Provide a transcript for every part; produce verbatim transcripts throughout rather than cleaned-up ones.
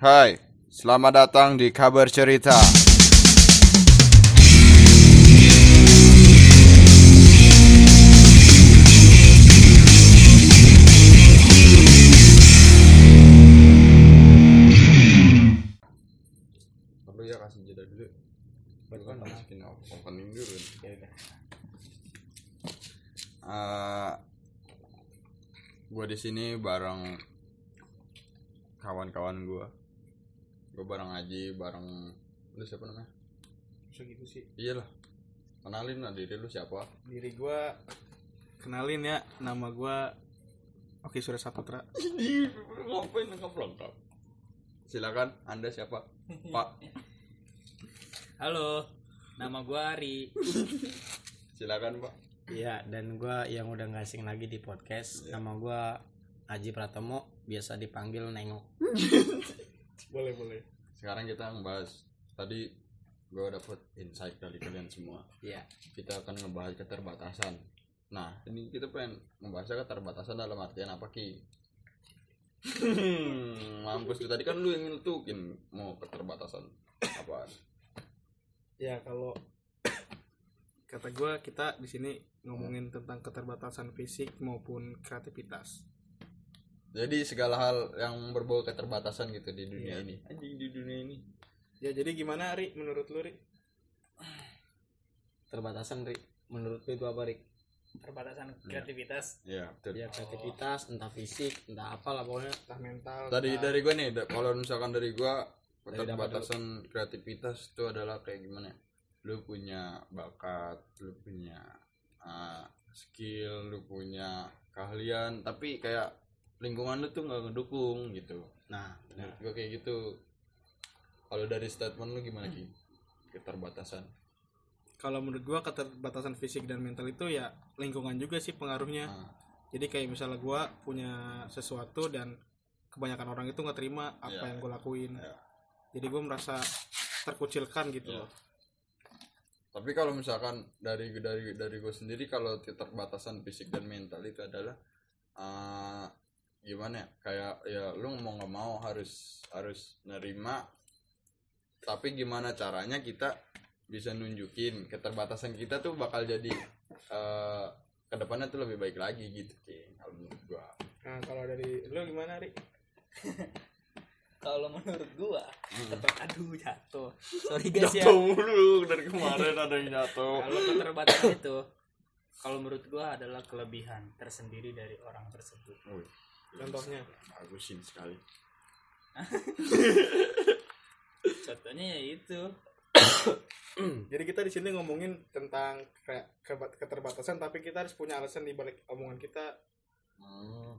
Hai, selamat datang di Kabar Cerita. Perlu ya kasih jeda dulu. Baru kan masukin opening dulu. Uh, gue di sini bareng kawan-kawan gue. Gue bareng Aji, bareng lu siapa namanya? Bisa gitu sih. Iyalah. Kenalin lah diri lu siapa? Diri gua kenalin ya, nama gua Oki Surya Saputra. Ngapain lengkap lengkap? Silakan, Anda siapa? Pak. Halo, nama gua Ari. Silakan, Pak. Iya, dan gua yang udah nggak asing lagi di podcast. Yeah. Nama gua Aji Pratomo, biasa dipanggil Nengok. Boleh boleh. Sekarang kita ngebahas, tadi gue dapet insight dari kalian semua. Iya. Kita akan ngebahas keterbatasan. Nah, ini kita pengen ngebahasnya keterbatasan dalam artian apa, Ki? Hmm, mampus tuh, tadi kan lu yang ngelutukin mau keterbatasan apaan? Ya kalau kata gua kita di sini ngomongin tentang keterbatasan fisik maupun kreativitas. Jadi segala hal yang berbau keterbatasan gitu di dunia yeah. ini. Anjing di dunia ini. Ya jadi gimana Ri menurut lu Ri? Keterbatasan Ri, menurut lu itu apa Ri? Keterbatasan kreativitas. Iya, betul. Ya kreativitas, oh. entah fisik, entah apalah pokoknya, entah mental. Dari entah... dari gua nih, kalau misalkan dari gua keterbatasan kreativitas itu adalah kayak gimana? Lu punya bakat, lu punya uh, skill, lu punya keahlian, tapi kayak lingkungan lu tuh nggak ngedukung gitu. Nah, menurut gue kayak gitu. Kalau dari statement lu gimana Ki? Keterbatasan. Kalau menurut gue keterbatasan fisik dan mental itu ya lingkungan juga sih pengaruhnya. Nah. Jadi kayak misalnya gue punya sesuatu dan kebanyakan orang itu nggak terima apa yeah. yang gue lakuin. Yeah. Jadi gue merasa terkucilkan gitu. Yeah. Tapi kalau misalkan dari dari dari gue sendiri, kalau keterbatasan fisik dan mental itu adalah uh, gimana ya, kayak ya lu mau nggak mau harus harus nerima, tapi gimana caranya kita bisa nunjukin keterbatasan kita tuh bakal jadi uh, kedepannya tuh lebih baik lagi gitu Ki, kalau menurut gua. Nah kalau dari lu gimana Ri? Kalau menurut gua hmm. tetap aduh jatuh sorry guys ya, jatuh mulu dari kemarin ada yang jatuh. Kalau keterbatasan itu kalau menurut gua adalah kelebihan tersendiri dari orang tersebut. Oh. Contohnya bagusin sekali. Contohnya ya itu. Jadi kita di sini ngomongin tentang kayak keterbatasan, tapi kita harus punya alasan di balik omongan kita. Hmm.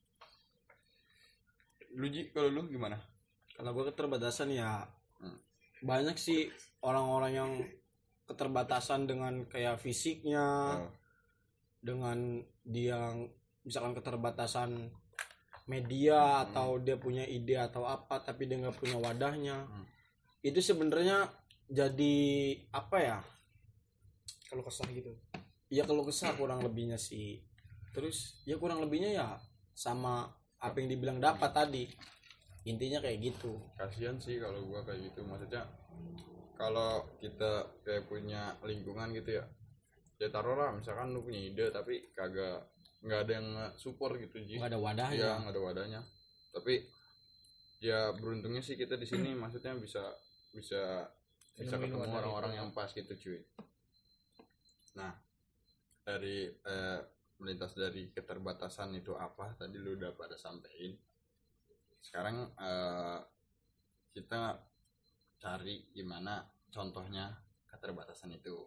Lu Ji, kalau lu gimana? Kalau gue keterbatasan ya hmm. banyak sih orang-orang yang keterbatasan dengan kayak fisiknya, oh. dengan dia misalkan keterbatasan media hmm. atau dia punya ide atau apa tapi dia nggak punya wadahnya. hmm. Itu sebenarnya jadi apa ya, kalau kesah gitu ya, kalau kesah kurang lebihnya sih. Terus ya kurang lebihnya ya sama apa yang dibilang dapat tadi, intinya kayak gitu. Kasian sih kalau gua kayak gitu, maksudnya kalau kita kayak punya lingkungan gitu ya, ya taruhlah misalkan lu punya ide tapi kagak nggak ada yang support gitu Ji, nggak ada wadahnya. Ya nggak ada wadahnya, tapi ya beruntungnya sih kita di sini maksudnya bisa bisa bisa ketemu orang-orang yang pas gitu cuy. Nah dari eh, melintas dari keterbatasan itu apa tadi lu udah pada sampein. Sekarang eh, kita cari gimana contohnya keterbatasan itu.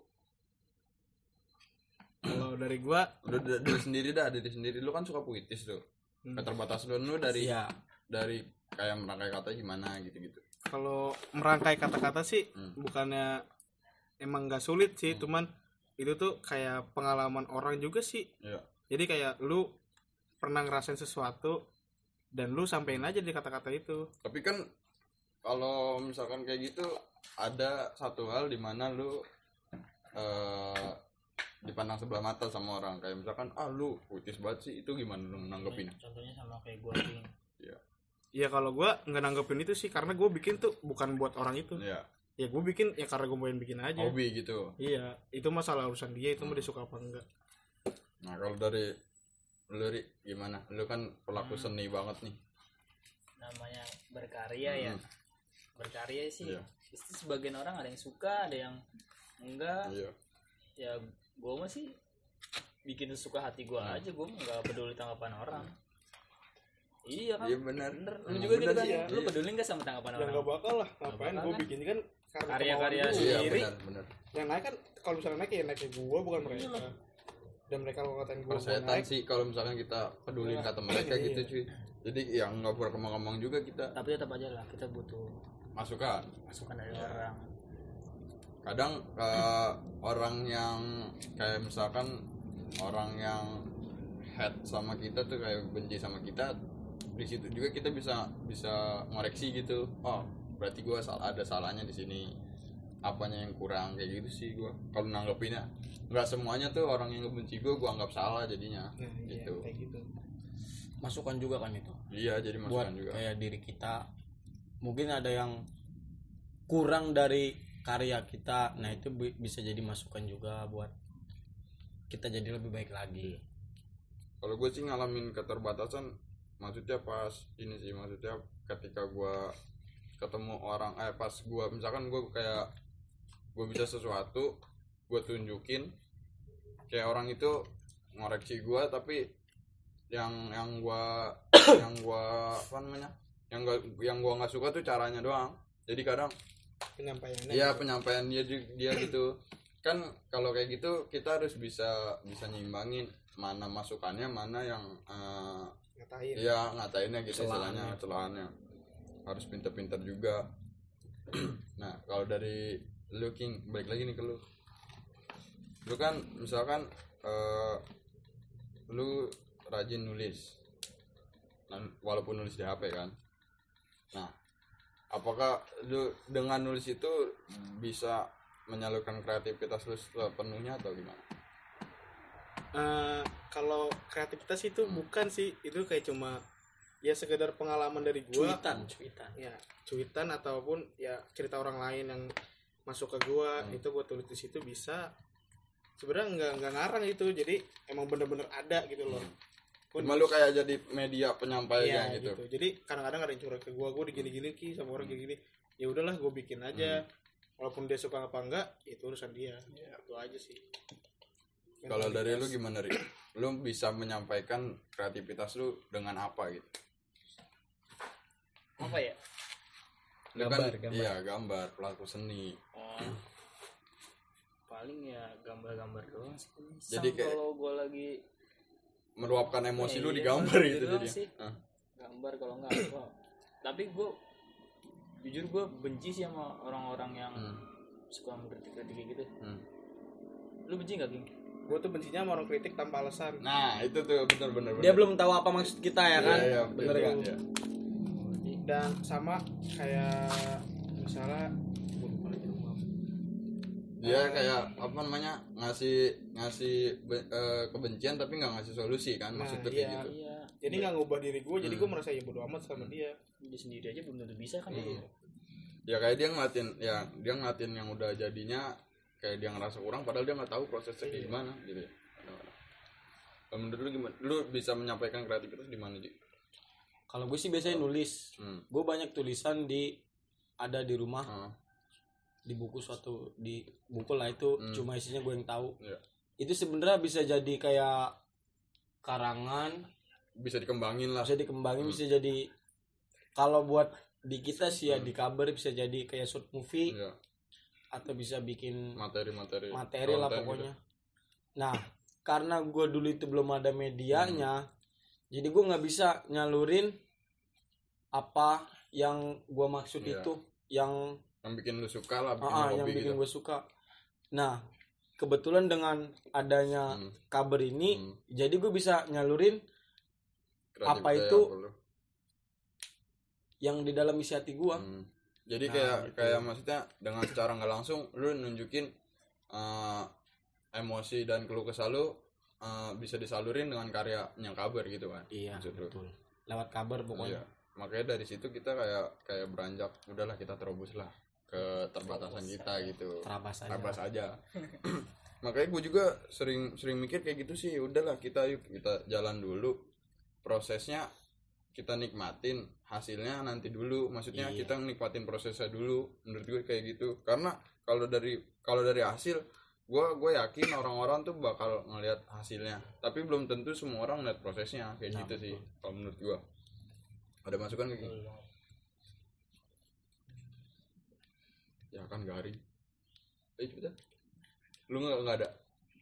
Kalau dari gua udah dari sendiri dah dari sendiri lu kan suka puitis tuh. hmm. Keterbatasan lu dari ya. dari kayak merangkai kata gimana gitu-gitu. Kalau merangkai kata-kata sih hmm. bukannya emang nggak sulit sih, hmm. cuman itu tuh kayak pengalaman orang juga sih. Ya. Jadi kayak lu pernah ngerasain sesuatu dan lu sampein aja di kata-kata itu. Tapi kan kalau misalkan kayak gitu ada satu hal di mana lu uh, dipandang sebelah mata sama orang, kayak misalkan ah lu puitis banget sih, itu gimana lu nanggepin? Contohnya sama kayak gue nih. Iya. Ya kalau gue nggak nanggepin itu sih karena gue bikin tuh bukan buat orang itu. Iya. Ya gue bikin ya karena gue pengen bikin aja. Hobi gitu. Iya, itu masalah urusan dia, itu mau dia suka apa enggak. Nah kalau dari lu Ri, gimana? Lu kan pelaku seni banget nih. Namanya berkarya ya. Hmm. Berkarya sih. Iya. Pasti sebagian orang ada yang suka, ada yang enggak. Iya. Ya gue mah sih bikin suka hati gue Hmm. aja, gue nggak peduli tanggapan orang. Iya kan? Iya benar. Bener. Lu Emang juga gitu bener kan? sih, ya. Lu Iya. peduli nggak sama tanggapan Ya orang? nggak bakal lah, ngapain bakal gue kan? bikin kan karena Karya-karya kemauan Iya gua. sendiri. benar benar. Yang naik kan kalau misalnya naik ya naiknya gue bukan mereka. Dan mereka kalau ngatain gue Persetan naik, sih kalau misalkan kita pedulin kata mereka Iya. gitu cuy. Jadi yang nggak berkembang-kembang juga kita Tapi tetap aja lah kita butuh masukan. masukan dari Iya. orang. Kadang eh, orang yang kayak misalkan orang yang head sama kita tuh kayak benci sama kita, di situ juga kita bisa bisa ngoreksi gitu. Oh berarti gue salah, ada salahnya di sini, apanya yang kurang kayak gitu sih gue kalau nanggepinnya. Nggak semuanya tuh orang yang ngebenci gue gue anggap salah jadinya. nah, iya, Gitu. kayak gitu. Masukan juga kan itu Iya jadi buat masukan juga. kayak diri kita. Mungkin ada yang kurang dari karya kita, nah itu bi- bisa jadi masukan juga buat kita jadi lebih baik lagi. Kalau gue sih ngalamin keterbatasan, maksudnya pas ini sih, maksudnya ketika gue ketemu orang, eh pas gue misalkan gue kayak gue bisa sesuatu, gue tunjukin, kayak orang itu ngoreksi gue, tapi yang yang gue yang gue apa namanya, yang gak yang gue nggak suka tuh caranya doang. Jadi kadang Penyampaiannya. iya gitu. penyampaian dia ju- dia gitu kan. Kalau kayak gitu kita harus bisa bisa nyimbangin mana masukannya, mana yang eh, Ngatain. iya ngatainnya gitu, Celahannya. istilahnya celahannya harus pinter-pinter juga. Nah kalau dari lu King, balik lagi nih ke lu lu kan misalkan eh, lu rajin nulis, nah, walaupun nulis di H P kan. Nah apakah lu dengan nulis itu bisa menyalurkan kreativitas lu sepenuhnya atau gimana? Eh, kalau kreativitas itu bukan sih, itu kayak cuma ya sekedar pengalaman dari gua. Cuitan, cuitan. Ya, cuitan ataupun ya cerita orang lain yang masuk ke gua, Hmm. itu gua tulis di situ bisa. Sebenarnya nggak nggak ngarang itu, jadi emang bener-bener ada gitu loh. Gua Cuma lu kayak jadi media penyampaian Iya, gitu. gitu. Jadi kadang-kadang ada yang curhat ke gua, gua digini-gini ki sama orang gini-gini. Ya udahlah, gua bikin aja. Hmm. Walaupun dia suka apa enggak, itu urusan dia. Itu aja sih. Kalau dari lu Mentalitas. gimana Ri? Lu bisa menyampaikan kreativitas lu dengan apa gitu? Apa ya? Lu Gambar, kan, gambar. Iya gambar, pelaku seni. Oh, paling ya gambar-gambar doang sih. Jadi Jadi kayak- kalau gue lagi Meluapkan emosi Ya, lu iya, di gambar gitu gitu doang jadi. sih. Hah? gambar, kalau enggak apa. Tapi gue jujur gue benci sih sama orang-orang yang Hmm. suka mengkritik-kritik kayak gitu. Hmm. Lu benci gak, King? Gua tuh bencinya sama orang kritik tanpa alasan. Nah itu tuh bener-bener. Dia belum tahu apa maksud kita ya kan? Iya, iya, Bener betul. kan? Iya. Dan sama kayak misalnya gua lupa lagi ngomong apa. Dia kayak apa namanya ngasih ngasih be- eh, kebencian tapi nggak ngasih solusi kan, Nah, maksudnya iya. kayak gitu. Iya. Jadi nggak ngubah diri gue, jadi Hmm. gue merasa ya bodo amat sama dia. Dia sendiri aja belum tentu bisa kan. Hmm. Ya? Ya kayak dia ngeliatin, ya dia ngeliatin yang udah jadinya, kayak dia ngerasa kurang padahal dia nggak tahu prosesnya kayak Iya. gimana gitu ya. Kalau menurut lu gimana? Lu bisa menyampaikan kreativitas di mana Ji? Kalau gue sih biasanya nulis. Hmm. Gue banyak tulisan di ada di rumah, Ah, di buku suatu di buku lah itu Hmm. cuma isinya gue yang tahu. Iya. Itu sebenarnya bisa jadi kayak karangan, bisa dikembangin lah. bisa dikembangin, Hmm. bisa jadi kalau buat di kita sih ya Hmm. di cover bisa jadi kayak short movie Iya. atau bisa bikin Materi-materi. materi lah konten pokoknya. gitu. Nah, karena gue dulu itu belum ada medianya, jadi gue nggak bisa nyalurin apa yang gue maksud Iya. itu, yang Yang bikin lu suka lah, bikin ah, lu yang hobi bikin gitu. gue suka. Nah, kebetulan dengan adanya Hmm. kabar ini, Hmm. jadi gue bisa nyalurin Kreativitas apa ya, itu perlu. yang di dalam isi hati gue. Hmm. Jadi Nah, kayak gitu. kayak maksudnya dengan secara nggak langsung lu nunjukin eh, emosi dan keluh kesah lu eh, bisa disalurin dengan karya yang kabar gitu kan. Iya, Maksud lu. betul. Lewat kabar pokoknya. Iya. makanya dari situ kita kayak kayak beranjak, udahlah kita terobos lah ke terbatasan kita gitu, terabas aja, terabas aja. Makanya gue juga sering sering mikir kayak gitu sih, udahlah kita yuk kita jalan dulu, prosesnya kita nikmatin, hasilnya nanti dulu, maksudnya iya. Kita nikmatin prosesnya dulu, menurut gue kayak gitu. Karena kalau dari kalau dari hasil, gue gue yakin orang-orang tuh bakal ngelihat hasilnya, tapi belum tentu semua orang ngeliat prosesnya kayak nah, gitu sih kalau menurut gue. Ada masukan kayak gitu? Ya kan garing. Eh coba, lu nggak nggak ada?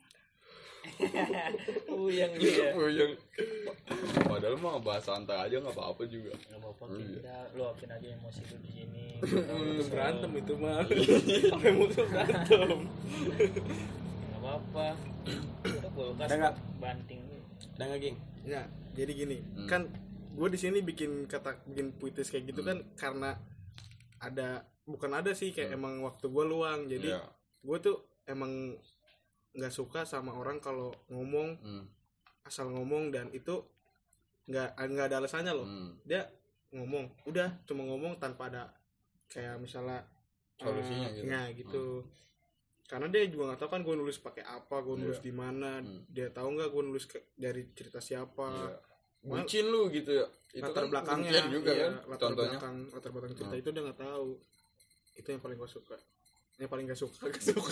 Uyang dia. Uyang. Padahal mah bahas santai aja nggak apa-apa juga. Nggak apa-apa, kita luapin aja emosi lu di sini. Itu berantem itu mah. Sampai musuh berantem. Nggak apa-apa. Kita kulkas banting. Ada nggak, Ging? Ya, jadi gini, hmm. kan gue di sini bikin kata bikin puitis kayak gitu hmm. kan karena ada bukan ada sih kayak hmm. emang waktu gue luang, jadi yeah. gue tuh emang nggak suka sama orang kalau ngomong hmm. asal ngomong dan itu nggak nggak ada alasannya loh. hmm. Dia ngomong udah cuma ngomong tanpa ada kayak misalnya solusinya uh, gitu. Nah gitu hmm. karena dia juga nggak tahu kan gue nulis pakai apa, gue nulis yeah. di mana, hmm. dia tahu nggak gue nulis ke, dari cerita siapa. yeah. Bucin lu gitu ya, itu latar kan belakangnya juga iya, kan latar contohnya belakang latar belakang cerita hmm. itu dia nggak tahu. Itu yang paling gue suka, yang paling gak suka gak suka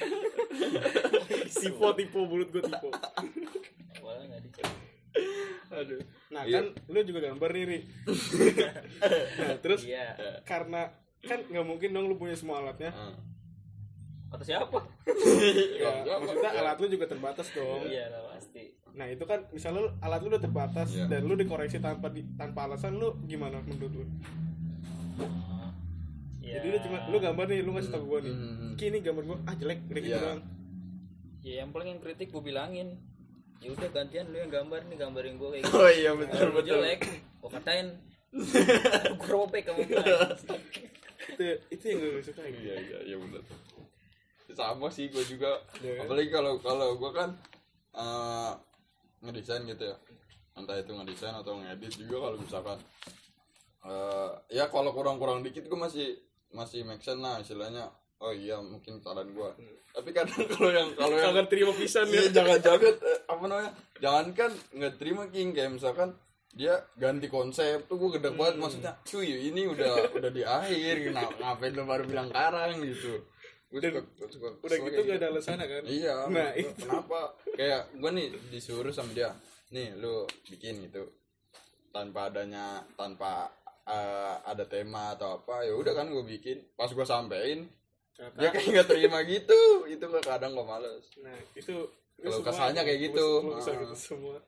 tipe tipe mulut gue tipe. Malah nggak dicoba. Aduh. Nah iya. Kan lu juga gambar nih Ri. Nah terus iya. Karena kan nggak mungkin dong lu punya semua alatnya. Hmm. Kata siapa? Ya, maksudnya alat lu juga terbatas dong. Iya lah pasti. Nah itu kan misalnya lu, alat lu udah terbatas yeah. dan lu dikoreksi tanpa di, tanpa alasan, lu gimana menurut lu? Uh, yeah. Jadi lu cuma lu gambar nih, lu ngasih tau gue nih, mm. Kini gambar gue ah jelek, kayak gitu yeah. doang. Ya yang paling yang kritik gue bilangin, ya udah gantian lu yang gambar nih, gambarin gue kayak gitu. Oh iya betul betul. Jelek, gue katain, gue robek kamu. Itu itu yang gue suka. Iya iya iya benar. Sama sih gue juga, yeah. Apalagi kalau kalau gue kan. Uh, ngedesain gitu ya, entah itu ngedesain atau ngedit juga, kalau misalkan uh, ya kalau kurang-kurang dikit gue masih masih make sense lah istilahnya, oh iya mungkin saran gue. hmm. Tapi kadang kalau yang kalau yang jangan terima pisan ya, jangan-jangan eh, apa namanya, jangan kan nggak terima King, kayak misalkan dia ganti konsep tuh gue gede banget, hmm. maksudnya cuy ini udah udah di akhir, ngapain lo baru bilang karang gitu. Gue suka, gue suka udah gitu gak ada alasannya kan. Iya. Nah itu kenapa kayak gue nih disuruh sama dia, nih lu bikin gitu tanpa adanya tanpa uh, ada tema atau apa, ya udah kan gue bikin, pas gue sampein Kata. Dia kayak nggak terima gitu, itu nggak, kadang gue males. Nah itu kalau kesannya kayak gitu, uh. gitu semua.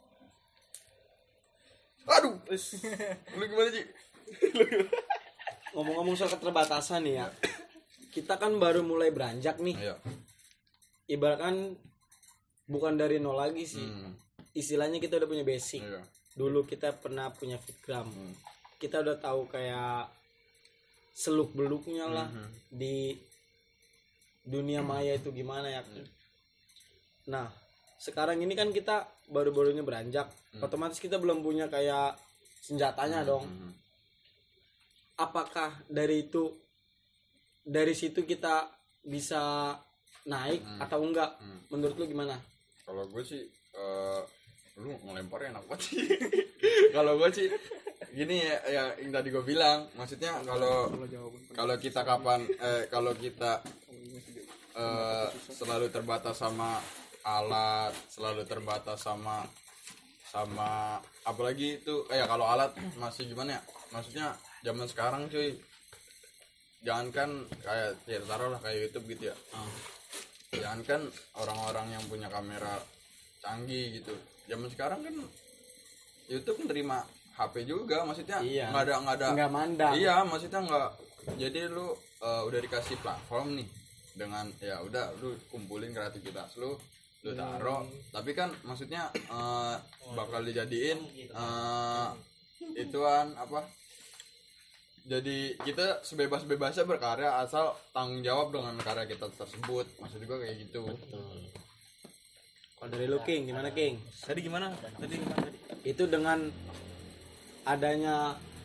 Aduh lu gimana sih? Ngomong-ngomong soal keterbatasan nih ya, kita kan baru mulai beranjak nih. Iya. Ibaratkan bukan dari nol lagi sih. Hmm. Istilahnya kita udah punya basic. Iya. Dulu kita pernah punya fitgram. Hmm. Kita udah tahu kayak seluk-beluknya lah hmm. di dunia maya itu gimana ya. Hmm. Nah, sekarang ini kan kita baru-barunya beranjak. Hmm. Otomatis kita belum punya kayak senjatanya hmm. dong. Hmm. Apakah dari itu dari situ kita bisa naik hmm. atau enggak? Hmm. Menurut lu gimana? Kalau gue sih, uh, lu ngelemparnya enak banget sih. Kalau gue sih, gini ya, ya yang tadi gue bilang, maksudnya kalau kalau kita kapan, eh, kalau kita uh, selalu terbatas sama alat, selalu terbatas sama sama apalagi itu, kayak kalau alat masih gimana ya? Maksudnya zaman sekarang cuy. Jangankan kayak ya taruh lah kayak YouTube gitu ya. Hmm. Jangankan orang-orang yang punya kamera canggih gitu. Zaman sekarang kan YouTube menerima H P juga, maksudnya iya. nggak ada nggak ada. Nggak mandang. Iya, maksudnya nggak. Jadi lu uh, udah dikasih platform nih dengan ya udah lu kumpulin kreativitas lu, lu taruh. Hmm. Tapi kan maksudnya uh, bakal dijadiin uh, ituan apa? Jadi kita sebebas-bebasnya berkarya asal tanggung jawab dengan karya kita tersebut. Maksud gue kayak gitu. Betul. Kalau dari lu King, gimana King? Tadi gimana? Tadi gimana tadi? Itu dengan adanya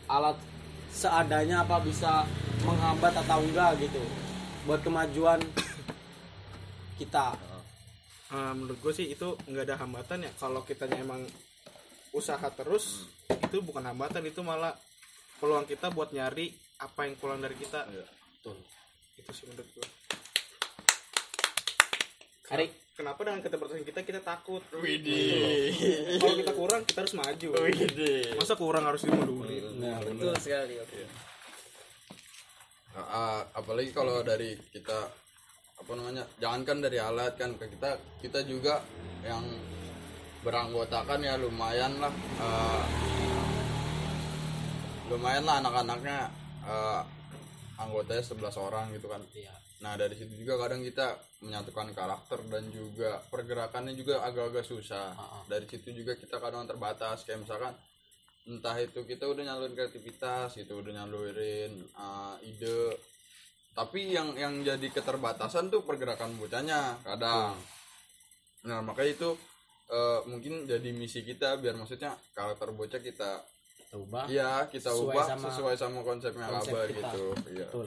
alat seadanya apa bisa menghambat atau enggak gitu buat kemajuan kita. Uh, menurut gue sih itu nggak ada hambatan ya, kalau kitanya emang usaha terus hmm. itu bukan hambatan, itu malah peluang kita buat nyari apa yang kurang dari kita. Iya. Betul. Itu sih menurut gue. Hari kenapa dengan keterbatasan kita kita takut? Widih. Kalau kita kurang kita harus maju. Widih. Masa kurang harus dimundurin? nah, Betul sekali. Oke. Nah, uh, apalagi kalau dari kita apa namanya, jangankan dari alat kan, ke kita kita juga yang beranggotakan ya lumayan lah uh, lumayan lah anak-anaknya uh, anggotanya sebelas orang gitu kan. iya. Nah dari situ juga kadang kita menyatukan karakter dan juga pergerakannya juga agak-agak susah. Uh-uh. Dari situ juga kita kadang terbatas, kayak misalkan entah itu kita udah nyalurin kreativitas gitu, udah nyalurin uh, ide, tapi yang yang jadi keterbatasan tuh pergerakan bocahnya kadang. Nah makanya itu uh, mungkin jadi misi kita, biar maksudnya karakter bocah kita ubah. Iya kita Sesuai ubah sama sesuai sama konsepnya konsep kabar kita. gitu. Iya. Betul.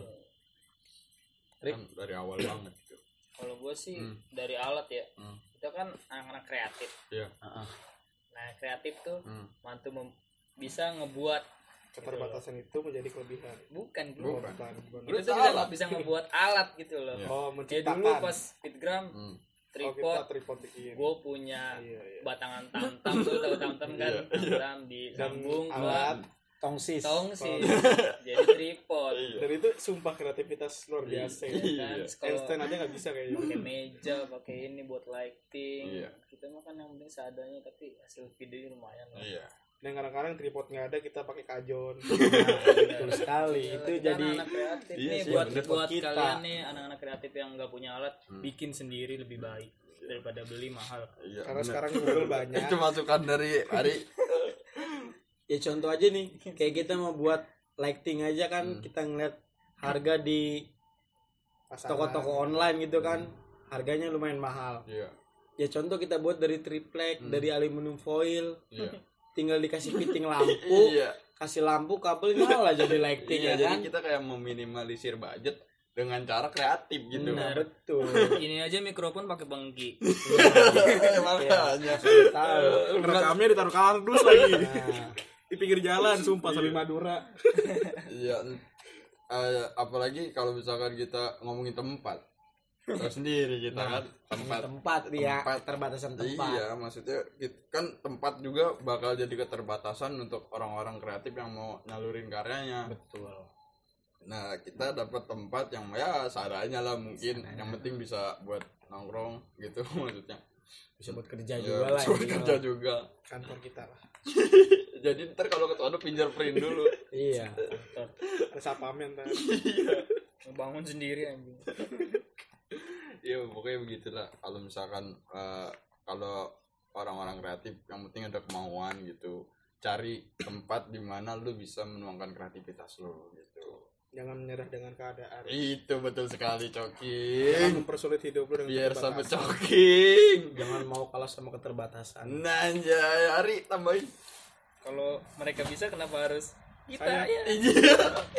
Kan dari awal banget gitu. Kalau gue sih Hmm. dari alat ya, Hmm. kita kan anak-anak kreatif. Iya. Uh-uh. Nah kreatif tuh Hmm. mantu mem- bisa ngebuat Keterbatasan itu menjadi kelebihan. bukan gitu. Bukan. Bukan, bukan. Itu Itu tuh bisa, alat. bisa ngebuat alat gitu loh. Iya. Oh, Kayak menciptakan. dulu pas fitgram Hmm. Oh, kita tripod, tripod bikin. gue punya Iya, iya. batangan tam-tam tuh, tahu tam-tam kan, Iya. tam-tam disambung Dan ke alat. Tongsis. tong sih, jadi tripod. Iya. Dan itu sumpah kreativitas luar biasa ya. Iya. Kan kalau Einstein aja nggak bisa kayaknya. pakai meja, pakai ini buat lighting. Iya. Kita mah kan yang penting seadanya, tapi hasil videonya lumayan lah. Iya. Dan kadang-kadang tripod nggak ada, kita pakai kajon. Betul sekali. Iya, Itu kita jadi anak-anak kreatif Iya nih, sih, buat bener. buat Kita. kalian nih anak-anak kreatif yang nggak punya alat, Hmm. bikin sendiri lebih baik daripada beli mahal. Iya. Karena bener. sekarang Google banyak. Itu masukan dari Ari. ya contoh aja nih, kayak kita mau buat lighting aja kan, Hmm. kita ngeliat harga di Pasaran. toko-toko online gitu kan, harganya lumayan mahal. Iya. Ya contoh kita buat dari triplek, Hmm. dari aluminium foil, Iya. tinggal dikasih fitting lampu, Iya. kasih lampu, kabel nyala jadi lighting Iya, ya jadi kan. kita kayak meminimalisir budget dengan cara kreatif gitu. Nah, betul. Ini aja mikrofon pakai bengki. Makanya. Tahu. Rekamnya ditaruh kardus lagi. Nah, Di pinggir jalan, sumpah sambil Madura. Iya. Eh, apalagi kalau misalkan kita ngomongin tempat. Tahu sendiri kita Nah, kan tempat. tempat dia, Tempat. keterbatasan tempat. Iya, maksudnya kit- kan tempat juga bakal jadi keterbatasan untuk orang-orang kreatif yang mau nyalurin karyanya. Betul. Nah, kita dapat tempat yang ya seadanya lah mungkin. Yang penting bisa buat nongkrong gitu maksudnya. Bisa buat kerja Ya, juga lah. bisa buat ya. kerja juga. Kantor kita lah. Jadi ntar kalau ketemu pinjam print dulu. Iya. Ada sapamnya ntar. Ngebangun sendiri anjing. Iya, pokoknya begitulah. Kalau misalkan eh, kalau orang-orang kreatif yang penting ada kemauan gitu. Cari tempat di mana lu bisa menuangkan kreativitas lu gitu. Jangan menyerah dengan keadaan. Itu betul sekali, Jangan Coking. mempersulit hidup lu dengan Biar sampai keterbatasan. Coking. Jangan mau kalah sama keterbatasan. Nah, anjay, Ari tambahin. Kalau mereka bisa, kenapa harus kita Saya- ya? Iya.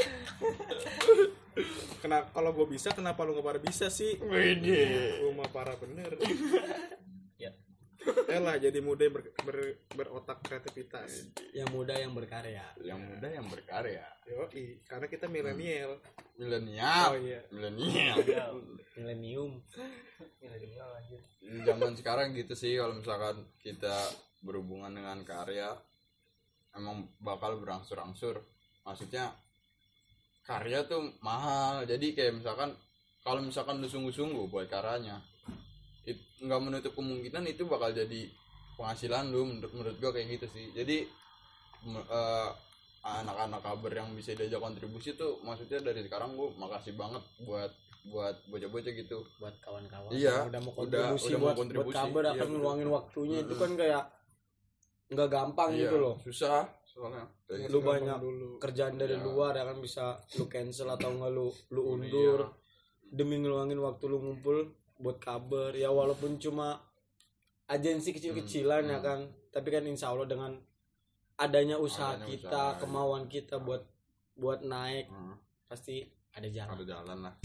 Kenapa kalau gue bisa, kenapa lu nggak pada bisa sih? Wede. Gue mah parah bener. Ya. Eh lah, jadi muda yang ber, ber- berotak kreativitas. Yang muda yang berkarya. Yang muda yang berkarya. Yoi, karena kita milenial. Milenial. Oh iya. Milenial. Milenium. Milenial anjir. Zaman sekarang gitu sih, kalau misalkan kita berhubungan dengan karya emang bakal berangsur-angsur. Maksudnya karya tuh mahal. Jadi kayak misalkan kalau misalkan lu sungguh-sungguh buat karyanya, it, nggak menutup kemungkinan itu bakal jadi penghasilan lu. Menurut menurut gua kayak gitu sih. Jadi me- eh, anak-anak kabar yang bisa diajak kontribusi tuh, maksudnya dari sekarang gua makasih banget buat buat bocah-bocah gitu. Buat kawan-kawan Iya, yang udah mau udah- kontribusi udah mau buat, kontribusi. buat kabar Iya, akan betul. ngeluangin waktunya. Itu Mm-mm. kan kayak nggak gampang Iya, gitu loh. susah soalnya. Kayak Lu Gampang banyak dulu. kerjaan dari Iya. luar ya kan, bisa lu cancel atau enggak lu lu Iya. undur demi ngeluangin waktu lu ngumpul buat kabar. Ya walaupun cuma agensi kecil-kecilan Hmm, ya hmm. kan, tapi kan insya Allah dengan adanya usaha Adanya kita, usaha, kemauan kita buat buat naik, Hmm. pasti ada jalan. Ada jalan lah.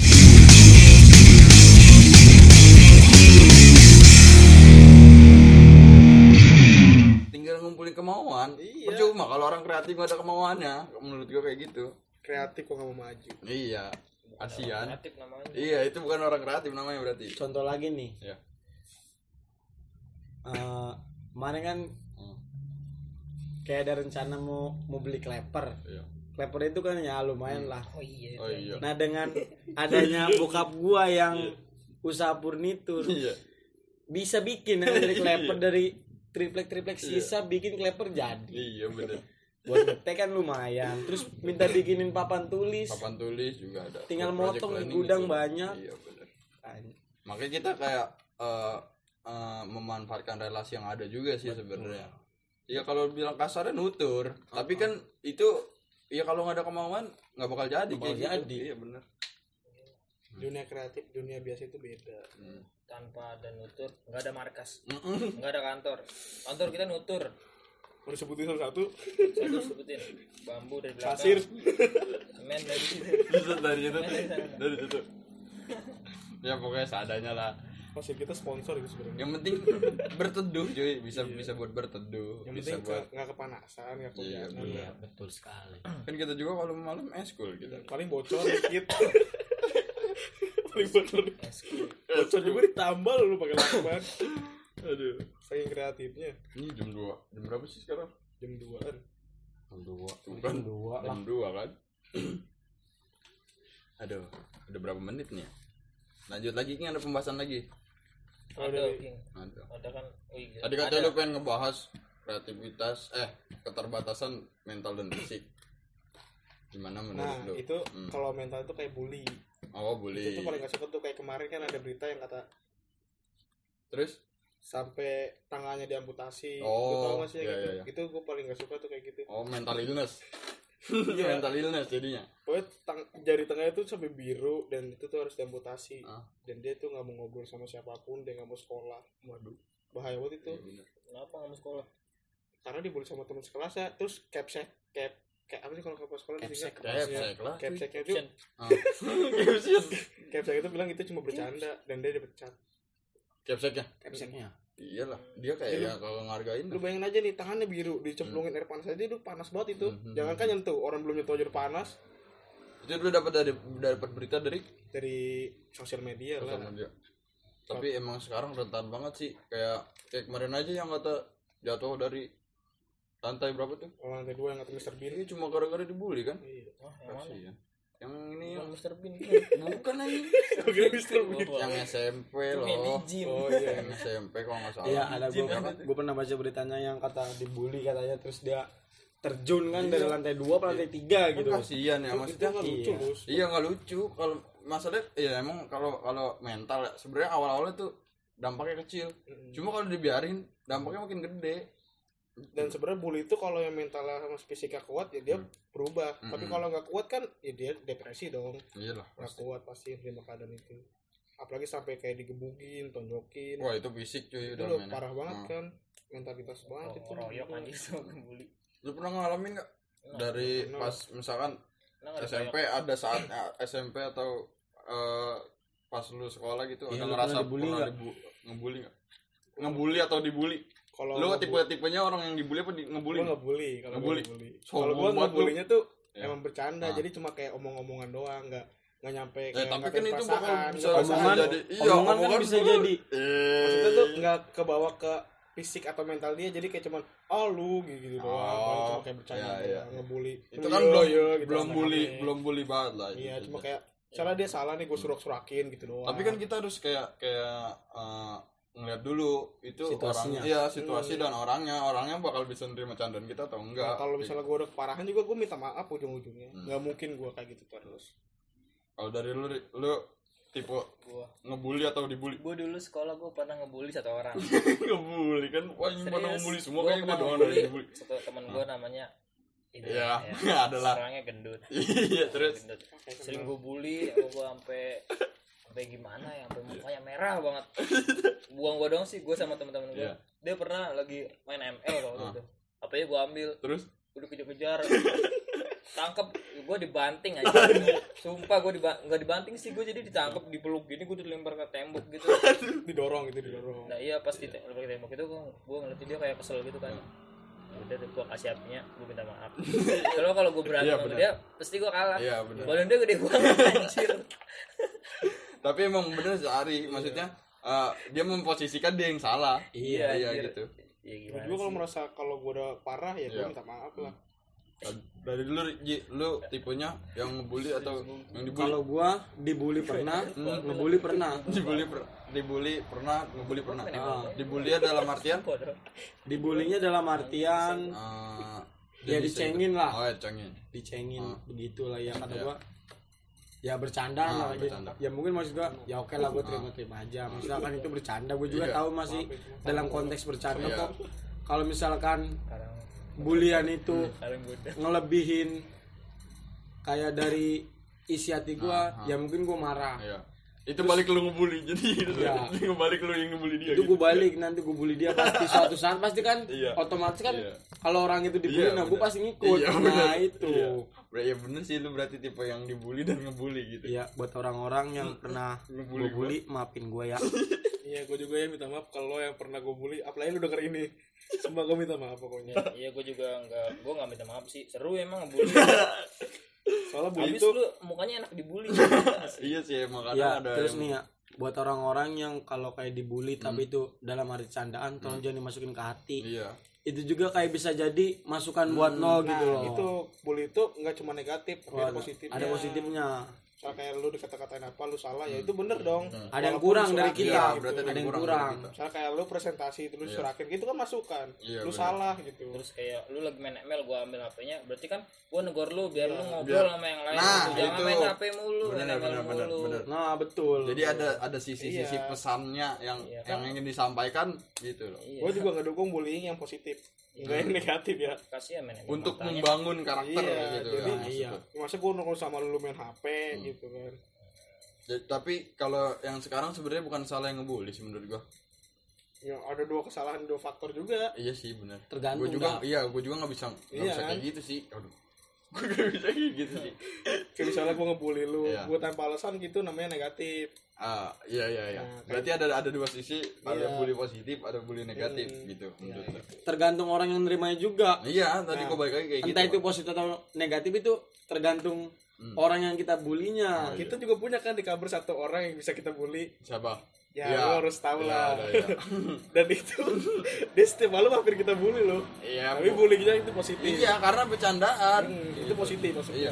Tinggal ngumpulin kemauan. Iya. Percuma kalau orang kreatif gak ada kemauannya. Menurut gua kayak gitu. Kreatif kok nggak mau maju. Iya. Kasian. Kreatif namanya. Iya, itu bukan orang kreatif namanya berarti. Contoh lagi nih, Ya. eh, kemarin kan Hmm. kayak ada rencana mau mau beli kleper. Iya. Kleper itu kan ya lumayan lah. Oh iya. Oh iya. Nah dengan adanya bokap gua yang usaha furnitur, Iya. bisa bikin ya, dari kleper dari triplek triplek sisa bikin kleper jadi. Iya bener. Buat ngetek kan lumayan. Terus minta bikinin papan tulis. Papan tulis juga ada. Tinggal Project motong di planning gudang itu. banyak. Iya bener. Makanya kita kayak eh, eh, memanfaatkan relasi yang ada juga sih sebenarnya. Iya kalau bilang kasarnya nutur, tapi kan itu ya kalau nggak ada kemauan nggak bakal jadi Nggak kayak bakal gitu. jadi. Iya bener. Dunia kreatif, dunia biasa itu beda. Hmm. Tanpa ada nutur, nggak ada markas, Mm-mm. nggak ada kantor. Kantor kita nutur. Mau disebutin satu-satu. Satu sebutin bambu dari belakang. Pasir. Semen dari situ. Bisa dari itu, Semen dari sana. dari situ. Ya pokoknya seadanya lah. Pasir kita sponsor itu sebenarnya. Yang penting berteduh cuy, bisa bisa buat berteduh, Yang bisa penting buat ke- nggak kepanasan, nggak Iya, kehujanan. bener. Iya betul sekali. kan kita juga kalau malam eskul kita. Paling bocor dikit. Paling bocor dikit. Eskul. Bocor juga ditambal lu pakai lakban. Aduh, saking kreatifnya. Ini jam dua. Jam berapa sih sekarang? Jam duaan. Jam dua. Bukan Jam dua lah. Jam dua kan? Aduh, udah berapa menit nih ya? Lanjut lagi, ini ada pembahasan lagi. Kalau Ada, dari King. Ada. Ada kan. Oh iya. Tadi Ada. katanya lu pengen ngebahas kreativitas, eh keterbatasan mental dan fisik. Gimana menurut nah lu? itu Hmm. kalau mental itu kayak bully. Oh boleh. Itu tuh paling gak suka tuh kayak kemarin kan ada berita yang kata Terus? sampai tangannya diamputasi. Oh, Lu tau gak sih iya, gitu? iya, iya. Itu gue paling gak suka tuh kayak gitu. Oh mental illness. Iya. Mental illness jadinya. Pokoknya tang- jari tengahnya tuh sampai biru dan itu tuh harus diamputasi. Ah. Dan dia tuh nggak mau ngobrol sama siapapun, dia nggak mau sekolah. Waduh, bahaya banget itu. Iya, bener. Kenapa nggak mau sekolah? Karena dibully sama teman sekelasnya, terus capsek, cap, kayak apa sih kalau kapal sekolah Capsek, disingkat? Capsek lah. Capseknya itu, Caption. Ah. Capsek. capsek itu bilang itu cuma bercanda dan dia dipecat. Capseknya. Capseknya. Iyalah, dia kayak Iya. ya kalau ngargain. Lu bayangin aja nih tangannya biru, dicemplungin air panas aja itu panas banget itu. Hmm. Jangan kan nyentuh, orang belum nyentuh aja udah panas. Itu lu dapat dari dapat berita dari Dari sosial media sosial lah. media. Tapi emang sekarang rentan banget sih. Kayak kayak kemarin aja yang kata jatuh dari lantai berapa tuh? Orang lantai dua yang kata mister Bean. Ini cuma gara-gara dibully kan? Iya. Wah, yang mana? Kasian. Yang ini Bukan yang mister Bean. bukan aja. Oke, mister Bean. Yang S M P Itu main di loh. gym. Oh iya. Yang S M P kalau nggak salah. Iya ada gue Jin, kan? gue pernah baca beritanya yang kata dibully katanya terus dia terjun kan dari lantai dua ke lantai tiga Kan gitu. kasian ya Itu maksudnya. nggak lucu, iya. Bos. Iya nggak lucu kalau masalahnya ya emang kalau kalau mental ya, sebenarnya awal-awalnya tuh dampaknya kecil. Mm. Cuma kalau dibiarin dampaknya makin gede. Dan sebenarnya bully itu kalau yang mentalnya sama fisiknya kuat ya dia Hmm. berubah. Hmm. Tapi kalau nggak kuat kan ya dia depresi dong. Iyalah Nggak pasti. kuat pasti terima keadaan itu. Apalagi sampai kayak digebugin, tonjokin. Wah itu fisik cuy itu udah udah mainnya. parah banget Hmm. kan. Mentalitas banget itu. Royok anjir sama bully. Lu pernah ngalamin nggak dari pernah. pas misalkan Nah, nggak ada S M P ada saat eh, S M P atau eh, pas lu sekolah gitu Iya, ada lu ngerasa pernah dibully pernah nggak? dibu- ngebully nggak? Ngebully atau dibully? Kalau Lu nggak bu- tipe-tipenya orang yang dibully apa di ngebully? gua nggak bully kalau gua Ngebully. nggak bully. Sombong Kalau gua banget lu. ngebulinya tuh Ya. emang bercanda, Ah. jadi cuma kayak omong-omongan doang, nggak nggak nyampe Eh, kayak tapi ngatain kan itu bakal perasaan, bisa, nggak bisa Omongan- jadi iya omongan kan omongan bisa juga. jadi. Eh. maksudnya tuh nggak kebawa ke fisik atau mental dia, jadi kayak cuman oh lu gitu, -gitu doang, Oh, paling cuma kayak bercanda iya, doang, iya. ngebully. Itu Iya, kan belum iya, gitu, belum rame-rame. bully belum bully banget lah Iya, gitu. cuma kayak salah dia salah nih, gue surak-surakin gitu doang. Tapi kan kita harus kayak kayak eh, ngeliat dulu itu Situasinya. orangnya, iya situasi Hmm. dan orangnya, orangnya bakal bisa nerima candaan kita atau Nah, enggak. kalau misalnya gue udah keparahan juga gue minta maaf ujung-ujungnya. Hmm. Nggak mungkin gue kayak gitu terus. Kalau dari lu, Ri, lu tipe Gua. ngebully atau dibully? Gue dulu sekolah gue pernah ngebully satu orang. Ngebully kan, wah ini mana ngebully semua Gua kayaknya pernah gua doang ngebully yang dibully. satu teman gue namanya itu Iya, ya. ada lah. Orangnya gendut. Iya terus. Gendut. Sering gue bully, sama gue sampai sampai gimana ya, sampai mukanya merah banget. Buang gue dong sih, gue sama teman-teman gue. Iya. Dia pernah lagi main M L waktu Ah. itu. H P-nya gue ambil. Terus Gue dikejar-kejar. Tangkep, gue dibanting aja. Sumpah gue diba- nggak dibanting sih, gue jadi ditangkep, dipeluk gini, gue dilempar ke tembok gitu. Didorong gitu, didorong. Nah iya pas dilempar ke tembok itu gue gue ngeliatin dia kayak kesel gitu kan. Udah deh gue kasih hapnya, gue minta maaf. Kalau kalau gue berantem Iya, sama bener. dia, pasti gue kalah. Iya, bener. Badan dia gede banget anjir. tapi emang bener Ari, maksudnya eh, dia memposisikan dia yang salah. Iya, iya anjir. gitu. Iya Gue gimana juga kalau sih? merasa kalau gue udah parah ya gue Iya. minta maaf lah. Dari dulu Ji, lu tipenya yang ngebully atau yang dibully? Kalau gua dibully pernah, ngebully pernah. dibully per, dibully pernah, ngebully pernah. Ah. Dibully dalam artian Dibulinya dalam artian eh, ya jenis- dicengin lah. Oh, ya dicengin. dicengin Ah. begitulah ya kata Iya. gua. Ya bercanda Ah, lah gitu. bercanda. Ya mungkin maksud gua ya oke lah gua terima-terima aja. Misalkan itu bercanda, gua juga Iya. tahu masih dalam konteks bercanda Iya. kok. Kalau misalkan Sekarang bulian itu sekarang gue udah ngelebihin kayak dari isi hati gua, Ah, ah. ya mungkin gua marah. Iya. Itu balik lu ngebully. Jadi Iya. itu balik lu yang ngebully dia. Itu gitu. gue balik nanti gue bully dia pasti suatu saat pasti kan Iya. otomatis kan Iya. kalau orang itu dibully Iya, nah gue bener. pasti ngikut. Iya, Nah bener. itu Iya. Ber- Ya bener sih, lu berarti tipe yang dibully dan ngebully gitu. ya buat orang-orang yang pernah Ngebully gue bully maafin gue ya. Iya, gue juga ya minta maaf kalau yang pernah gue bully. Apalagi lu denger ini. Sumpah gue minta maaf pokoknya. iya gue juga nggak gue nggak minta maaf sih, seru emang ngebully. Soalnya bully Habis itu lu mukanya enak dibully. Iya sih, emang kadang Ya ada terus yang- nih ya buat orang-orang yang kalau kayak dibully tapi itu dalam arti candaan tolong jangan dimasukin ke hati. Iya. Itu juga kayak bisa jadi masukan buat nol gitu loh. itu bully itu nggak cuma negatif, tapi ada Ada- positifnya. ada positifnya. Soalnya kayak lu dikata-katain apa lu salah ya itu bener dong. Ada yang Walaupun kurang dari disurakin, kita, Iya, berarti ada yang dari kurang. kita. Misalnya kayak lu presentasi terus Iya. surakin gitu kan masukan. Iya, lu bener. salah gitu. Terus kayak lu lagi main M L, gue ambil H P-nya, berarti kan gue negor lu biar lu ngobrol Biar- sama yang lain. Nah, gitu. Jangan itu. main H P mulu, Bener, main M L bener, bener, mulu. bener. Nah betul. Jadi ada ada sisi-sisi Iya. pesannya yang Iya, yang kan? ingin disampaikan gitu loh. Iya. Gue juga ngedukung bullying yang positif, enggak yang negatif ya. Kasihan main M L Untuk matanya. membangun karakter Iya, gitu. jadi ya, iya. maksudnya. Masa gue nongol sama lu main H P Hmm. gitu kan. Jadi, tapi kalau yang sekarang sebenarnya bukan salah yang ngebully sih menurut gua. Ya ada dua kesalahan, dua faktor juga. Iya sih benar. Tergantung, Gua juga dah. iya, gua juga nggak bisa nggak Iya, bisa kayak kan? gitu sih. Aduh. Gua nggak bisa kayak gitu sih. Kayak misalnya gue ngebully lu, Iya. gue tanpa alasan gitu namanya negatif. Ah, iya iya iya. Nah, Berarti ada ada dua sisi, ada Iya. bully positif, ada bully negatif Hmm. gitu menurut gua. Tergantung orang yang nerimanya juga. Iya, tadi Nah, gua balik lagi kayak Entah gitu. itu positif atau negatif itu tergantung Hmm. orang yang kita bulinya. Oh, Kita juga punya kan di kabar satu orang yang bisa kita bully. Siapa? Ya, Iya. lu harus tahu Iya, lah. ada, iya. Dan itu dia setiap malam hampir kita bully loh. Iya, Tapi Bu. bullyingnya itu positif. Iya, karena bercandaan. Hmm, itu positif maksudnya. Iya.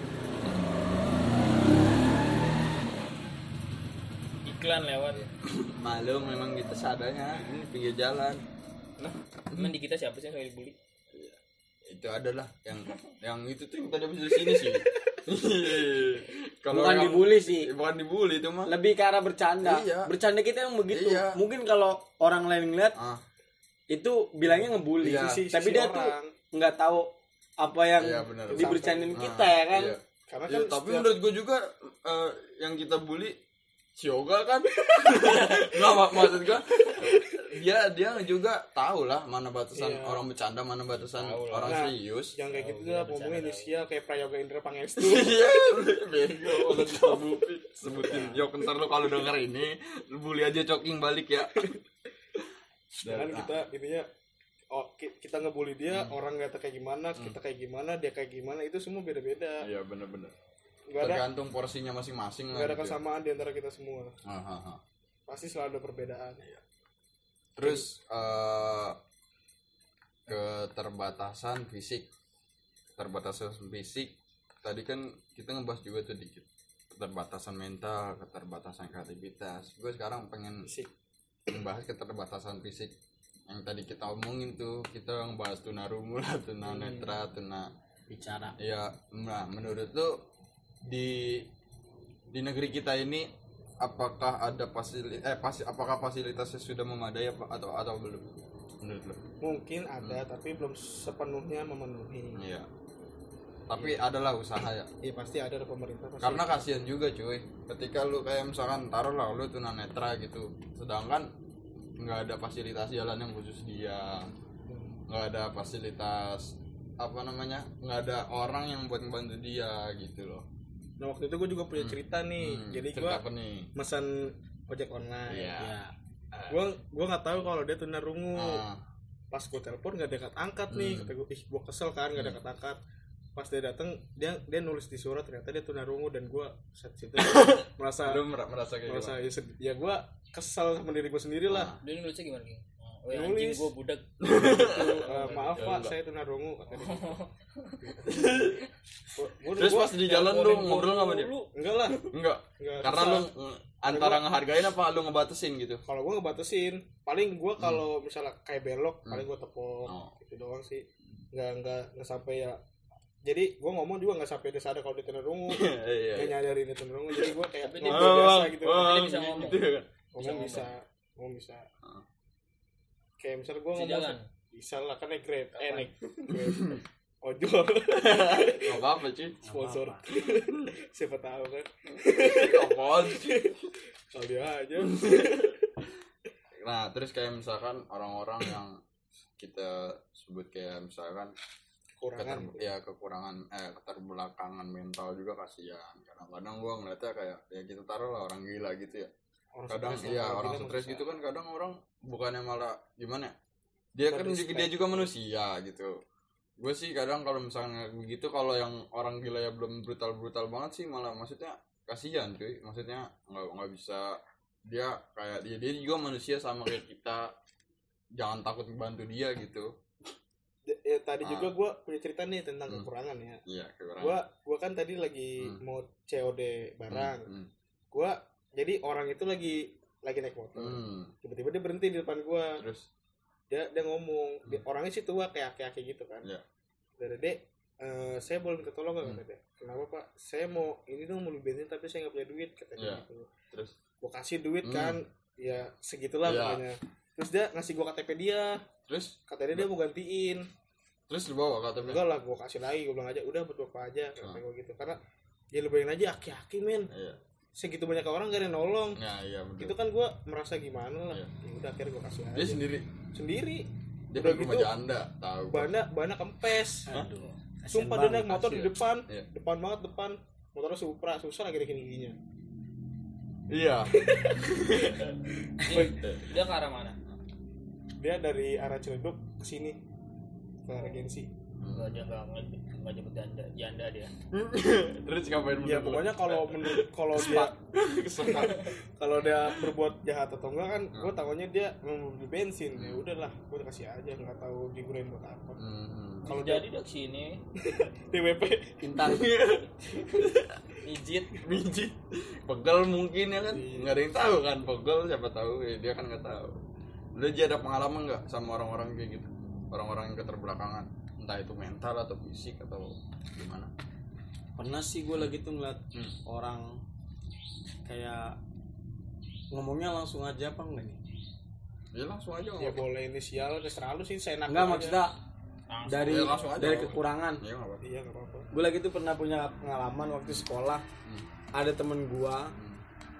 Iklan lewat. Malu memang gitu seadanya. Ini pinggir jalan. Nah, emang di kita siapa sih yang suka dibully? Itu adalah yang yang itu tuh yang tadi habis dari sini sih. Kalau Bukan yang- dibully sih. Bukan dibully itu mah. Lebih ke arah bercanda. Iya. Bercanda kita yang begitu. Iya. Mungkin kalau orang lain ngeliat Ah, itu bilangnya ngebully. Iya. Sisi- Tapi sisi dia tuh orang. nggak tahu apa yang iya benar. dibercandain Ah, kita ya kan. iya. Karena Ya, kan tapi setiap- menurut gue juga eh, yang kita bully si Yoga kan. Nggak mak maksud gue dia dia juga tahu lah mana batasan Iya. orang bercanda, mana batasan Tahu lah. orang Nah, serius. yang kayak Oh, gitu iya, lah, bercanda ngomongin tahu. inisial kayak Prayoga Indra Pangestu. Iya, bego. Udah disebutin, sebutin. Yok, ntar lu kalau denger ini, lu bully aja coking balik ya. Kan Dan, kita intinya oh ki- kita ngebully dia, orang ngeliatnya kayak gimana, kita kayak gimana, dia kayak gimana, itu semua beda-beda. iya bener-bener. Nggak ada Tergantung porsinya masing-masing nggak ada lah. gitu ya. kesamaan di antara kita semua. Ah, ah, ah. Pasti selalu ada perbedaan. Terus eh, keterbatasan fisik, keterbatasan fisik. Tadi kan kita ngebahas juga tuh dikit. Keterbatasan mental, keterbatasan kreativitas. Gue sekarang pengen Fisik. membahas keterbatasan fisik. Yang tadi kita omongin tuh, kita ngebahas tunarungu lah, tunanetra, tuna Bicara. ya. Nah, menurut lu di di negeri kita ini apakah ada fasilitas eh pasti apakah fasilitasnya sudah memadai apa, atau atau belum menurut lu? Mungkin ada tapi belum sepenuhnya memenuhi. Iya. Tapi adalah usaha ya. Iya pasti ada dari pemerintah pasti. Karena kasihan juga cuy. Ketika lu kayak misalkan taruh lah lu tunanetra gitu. Sedangkan nggak ada fasilitas jalan yang khusus dia. nggak ada fasilitas apa namanya, nggak ada orang yang buat ngebantu dia gitu loh. Nah waktu itu gue juga punya cerita nih. Hmm, Jadi gue cerita apa nih? mesen ojek online. Iya. Ya. Gue gue nggak tahu kalau dia tunarungu. Ah. Pas gue telepon nggak diangkat angkat nih. Hmm. Kata gue, ih gue kesel kan nggak Hmm. diangkat angkat. Pas dia datang dia dia nulis di surat ternyata dia tunarungu dan gue saat itu merasa Lu mer- merasa kayak merasa gimana? ya, sed- ya gue kesel sama diri gue sendiri lah. Dia nulisnya gimana nih? Oh ya Nulis. anjing gua budak. Uh, maaf Ya, pak, enggak. saya tunarungu kata dia. Gua- gua- Terus gua- pas di jalan lu ngobrol nggak sama dia? enggak lah, Enggak. enggak. Karena susah. lu mm, antara ngehargain apa lu ngebatasin gitu? Kalau gue ngebatasin, paling gue kalau misalnya kayak belok, paling gue tepok, Oh. gitu doang sih. Nggak nggak nggak sampai ya. Jadi gue ngomong juga nggak sampai dia sadar kalau dia tunarungu, Iya. kayak nyadarin dia tunarungu. Jadi gue kayak Tapi dia ngobrol biasa gitu. Oh, Dia bisa ngomong. gitu ya kan? Ngomong ngomong. bisa, ngomong bisa. Oh. Kayak misalnya gue Bisa ngomong, jalan. bisa lah kan naik grab, eh naik grab, ojol, Gak apa-apa cuy. sponsor. Siapa tahu kan? Apaan sih? Kalau dia aja. Nah terus kayak misalkan orang-orang yang kita sebut kayak misalkan Kurangan. keter, ya kekurangan eh keterbelakangan mental juga kasihan. Kadang-kadang gua ngeliatnya kayak ya kita taruh lah orang gila gitu ya. Orang Kadang stres, iya orang orang gila stres manusia. gitu kan, kadang orang bukannya malah gimana ya, dia kan Buat juga, dia respect. juga manusia gitu. Gue sih kadang kalau misalnya begitu, kalau yang orang gila ya belum brutal brutal banget sih, malah maksudnya kasihan cuy. Maksudnya nggak nggak bisa, dia kayak dia dia juga manusia sama kayak kita, jangan takut membantu dia gitu. Ya, tadi Ah. juga gue punya cerita nih tentang Hmm. kekurangan ya. Iya kekurangan. Gua gua kan tadi lagi Hmm. mau C O D barang. Hmm, Gua jadi orang itu lagi lagi naik motor. hmm. Tiba-tiba dia berhenti di depan gua. Terus Dia dia ngomong, dia, orangnya sih tua kayak aki-aki gitu kan. Iya. Dari Dek, eh, saya boleh minta tolong nggak Hmm. kata dia. Kenapa Pak? Saya mau ini dong mau beli bensin tapi saya nggak punya duit katanya Iya. gitu. terus Gua kasih duit Hmm. kan, ya segitulah Iya. pokoknya. Terus dia ngasih gua K T P dia. terus Kata dia dia mau gantiin. terus lu bawa K T P. Enggak lah, gua kasih lagi, gua bilang aja udah buat bapak aja kata Ah. gua gitu. Karena ya lu bayangin aja aki-aki men. Iya. Segitu banyak orang gak ada yang nolong. Nah, iya betul. Itu kan gue merasa gimana lah. Iya. Ya udah akhirnya gue kasih aja. Dia sendiri. Sendiri. Dia Udah pergi gitu, rumah janda, tahu. gua. Bana bana kempes. Aduh. kasian Sumpah dia banget. naik motor di kasian. depan, Iya. depan banget depan. Motornya Supra, susah lagi bikin giginya. Iya. Dia, dia ke arah mana? Dia dari arah Ciledug ke sini ke Regensi. Enggak, dia enggak enggak jemput janda, janda dia. Terus ngapain Ya menurut lu? pokoknya kalau menurut kalau dia Kesepak. kalau dia berbuat jahat atau enggak kan, Hmm. gue tahunya dia mau beli bensin. Ya udahlah, gue kasih aja, nggak tahu digunain buat apa. Hmm. Kalau Jadi dia kesini D W P Intan. mijit. Mijit. Pegel mungkin ya kan? Iya. Nggak ada yang tahu kan, pegel siapa tahu. Ya, dia kan nggak tahu. Lu aja ada pengalaman nggak sama orang-orang kayak gitu? Orang-orang yang keterbelakangan, entah itu mental atau fisik atau gimana? Pernah sih gue lagi tuh ngeliat Hmm. orang kayak ngomongnya langsung aja apa enggak nih? Ya langsung aja ya ngomong. boleh inisial terserah lu sih, saya enak Enggak aja. maksudnya Langsung. dari Ya, langsung aja. dari kekurangan. Ya nggak apa-apa. Iya nggak apa-apa. Gue lagi tuh pernah punya pengalaman waktu sekolah. Hmm. Ada temen gue Hmm.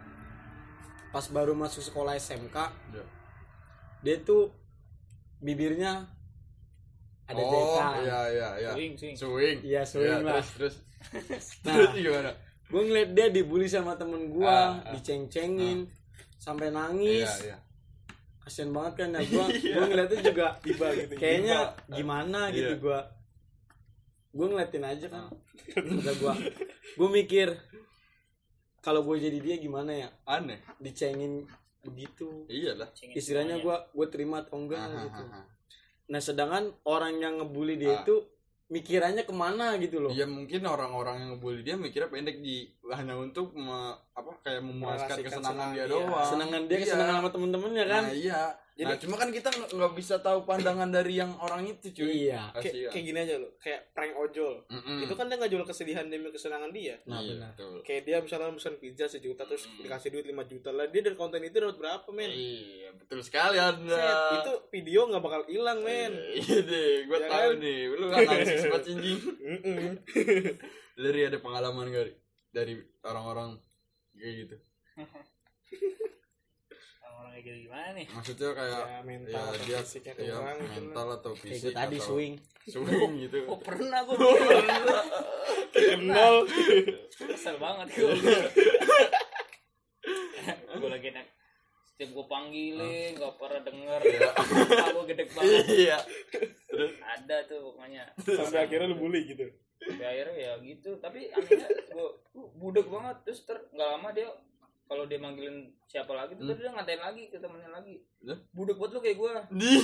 pas baru masuk sekolah S M K, Ya. dia tuh bibirnya ada Oh, jekan. iya iya iya. Swing, swing. Swing. Iya, swing Ya, lah. Terus terus Nah, terus gimana? gue ngeliat dia dibully sama temen gue, Ah, ah. diceng-cengin, sampai nangis. Iya iya. Kasian banget kan ya gue. Gue ngeliatnya juga Tiba gitu. kayaknya gimana gitu Iya. gue. Gue ngeliatin aja kan. Kata gue, gue mikir kalau gue jadi dia gimana ya, Aneh. dicengin begitu. Iyalah. Cengin Istilahnya semuanya. gue gue terima atau enggak Ah, gitu. ah, ah. Nah sedangkan orang yang ngebully dia Ah. itu mikirannya kemana gitu loh. Ya mungkin orang-orang yang ngebully dia mikirnya pendek di hanya untuk me, apa kayak memuaskan Merahasikan kesenangan dia senang, doang. Senangan dia Iya. kesenangan sama temen-temennya kan. Nah, iya. Jadi- nah, cuma kan kita nggak nggak bisa tahu pandangan dari yang orang itu, cuy. Iya. Kayak, Kasihan. kayak gini aja lo, kayak prank ojol. Mm-mm. Itu kan dia nggak jual kesedihan demi kesenangan dia. Nah, iya, benar. betul. Kayak dia misalnya pesan pizza sejuta terus Hmm. dikasih duit lima juta lah, dia dari konten itu dapat berapa men? Iya, betul sekali Anda. Set, itu video nggak bakal hilang men. Iya deh, gue Ya tahu kan? nih. Lu analisis banget anjing. Mm-mm. Dari ada pengalaman gak Ri? Dari orang-orang kayak gitu? Orang ngomongnya gitu gimana nih? Maksudnya kayak Ya, mental ya, atau dia fisiknya ya, kurang gitu mental atau Kayak fisik gue tadi atau swing. swing gitu. Oh pernah gue kenal kesel banget gue. Gue lagi naik setiap gue panggilin nggak pernah denger. Gue gede banget. Iya. Ada tuh pokoknya. sampai akhirnya lu bully gitu. Sampai akhirnya ya gitu. Tapi anehnya gue budek banget. Terus ter nggak lama dia kalau dia manggilin siapa lagi tuh Hmm. dia ngatain lagi ke temennya lagi. Hah? Budek buat lu kayak gue.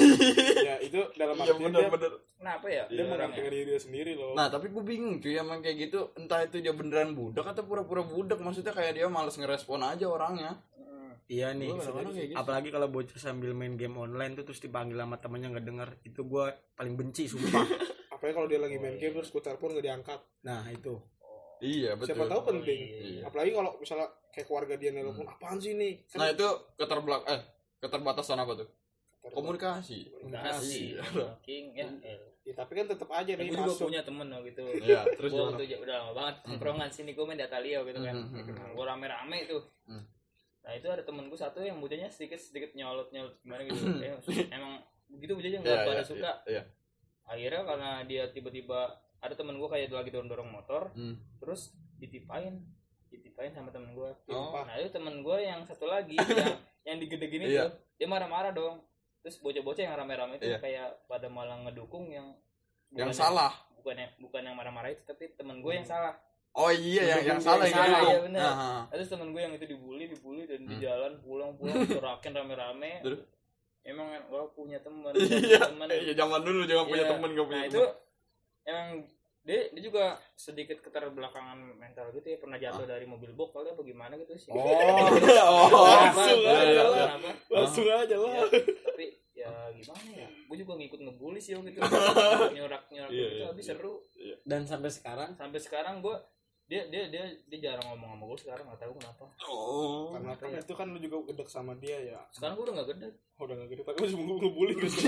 Ya itu dalam Iya artian dia, benar-benar. Kenapa ya? dia Iya, menganggap diri dia sendiri loh. Nah tapi gue bingung cuy emang kayak gitu, entah itu dia beneran budak atau pura-pura budak, maksudnya kayak dia malas ngerespon aja orangnya. Hmm. Iya nih, Gua kadang-kadang kayak gitu. apalagi kalau bocah sambil main game online tuh terus dipanggil sama temennya nggak denger, itu gue paling benci sumpah. Apalagi kalau dia lagi Oh, main iya. game terus gue telepon gak diangkat. Nah itu, Iya betul. Siapa tahu penting. Iya. Apalagi kalau misalnya kayak keluarga dia nelpon, apaan sih nih? Kan Nah itu keterbelak eh keterbatasan apa tuh? Komunikasi. Komunikasi. Iya. King ya. ya, tapi kan tetap aja Ya, nih gue juga masuk. punya temen gitu. Iya terus Gue gimana? tuh udah lama banget tongkrongan sini gue main data Leo gitu kan. Hmm, hmm, hmm. Gue rame-rame tuh. Hmm. Nah itu ada temen gue satu yang bocahnya sedikit sedikit nyolot nyolot gimana gitu. Eh, emang begitu bocahnya nggak Iya, pada iya, suka. Iya. Akhirnya karena dia tiba-tiba ada temen gue kayak lagi dorong dorong motor, Hmm. terus ditipain, ditipain sama temen gue. Oh. Nah itu temen gue yang satu lagi yang yang digede-gini Iya. tuh, dia marah-marah dong. Terus bocah-bocah yang rame-rame itu Iya. kayak pada malah ngedukung yang Yang bukan salah. bukan yang bukan yang marah-marah itu, tapi temen gue yang salah. Oh iya yang yang Yang salah yang salah, gitu. iya bener. Nah, Terus temen gue yang itu dibully, dibully dan di Hmm. jalan pulang-pulang sorakin rame-rame. Terus? Emang gue punya temen, Iya. punya temen. Iya zaman dulu jangan punya Iya. temen gak punya Nah temen. itu emang dia, dia juga sedikit keterbelakangan mental gitu ya, pernah jatuh dari mobil box kali apa gimana gitu sih. Oh, Kenapa? langsung Kenapa? aja lah. Kenapa? Langsung aja Ya, lah. tapi ya gimana ya, gue juga ngikut ngebully sih waktu itu, nyorak nyorak Iya, gitu, iya, habis iya. seru. dan sampai sekarang Sampai sekarang gue dia dia dia dia jarang ngomong sama gue sekarang, nggak tahu kenapa. Oh. Karena kan itu kan lu juga gedek sama dia ya. Sekarang gue udah nggak gede. Oh, udah gak gitu, tapi masih ngebully gitu.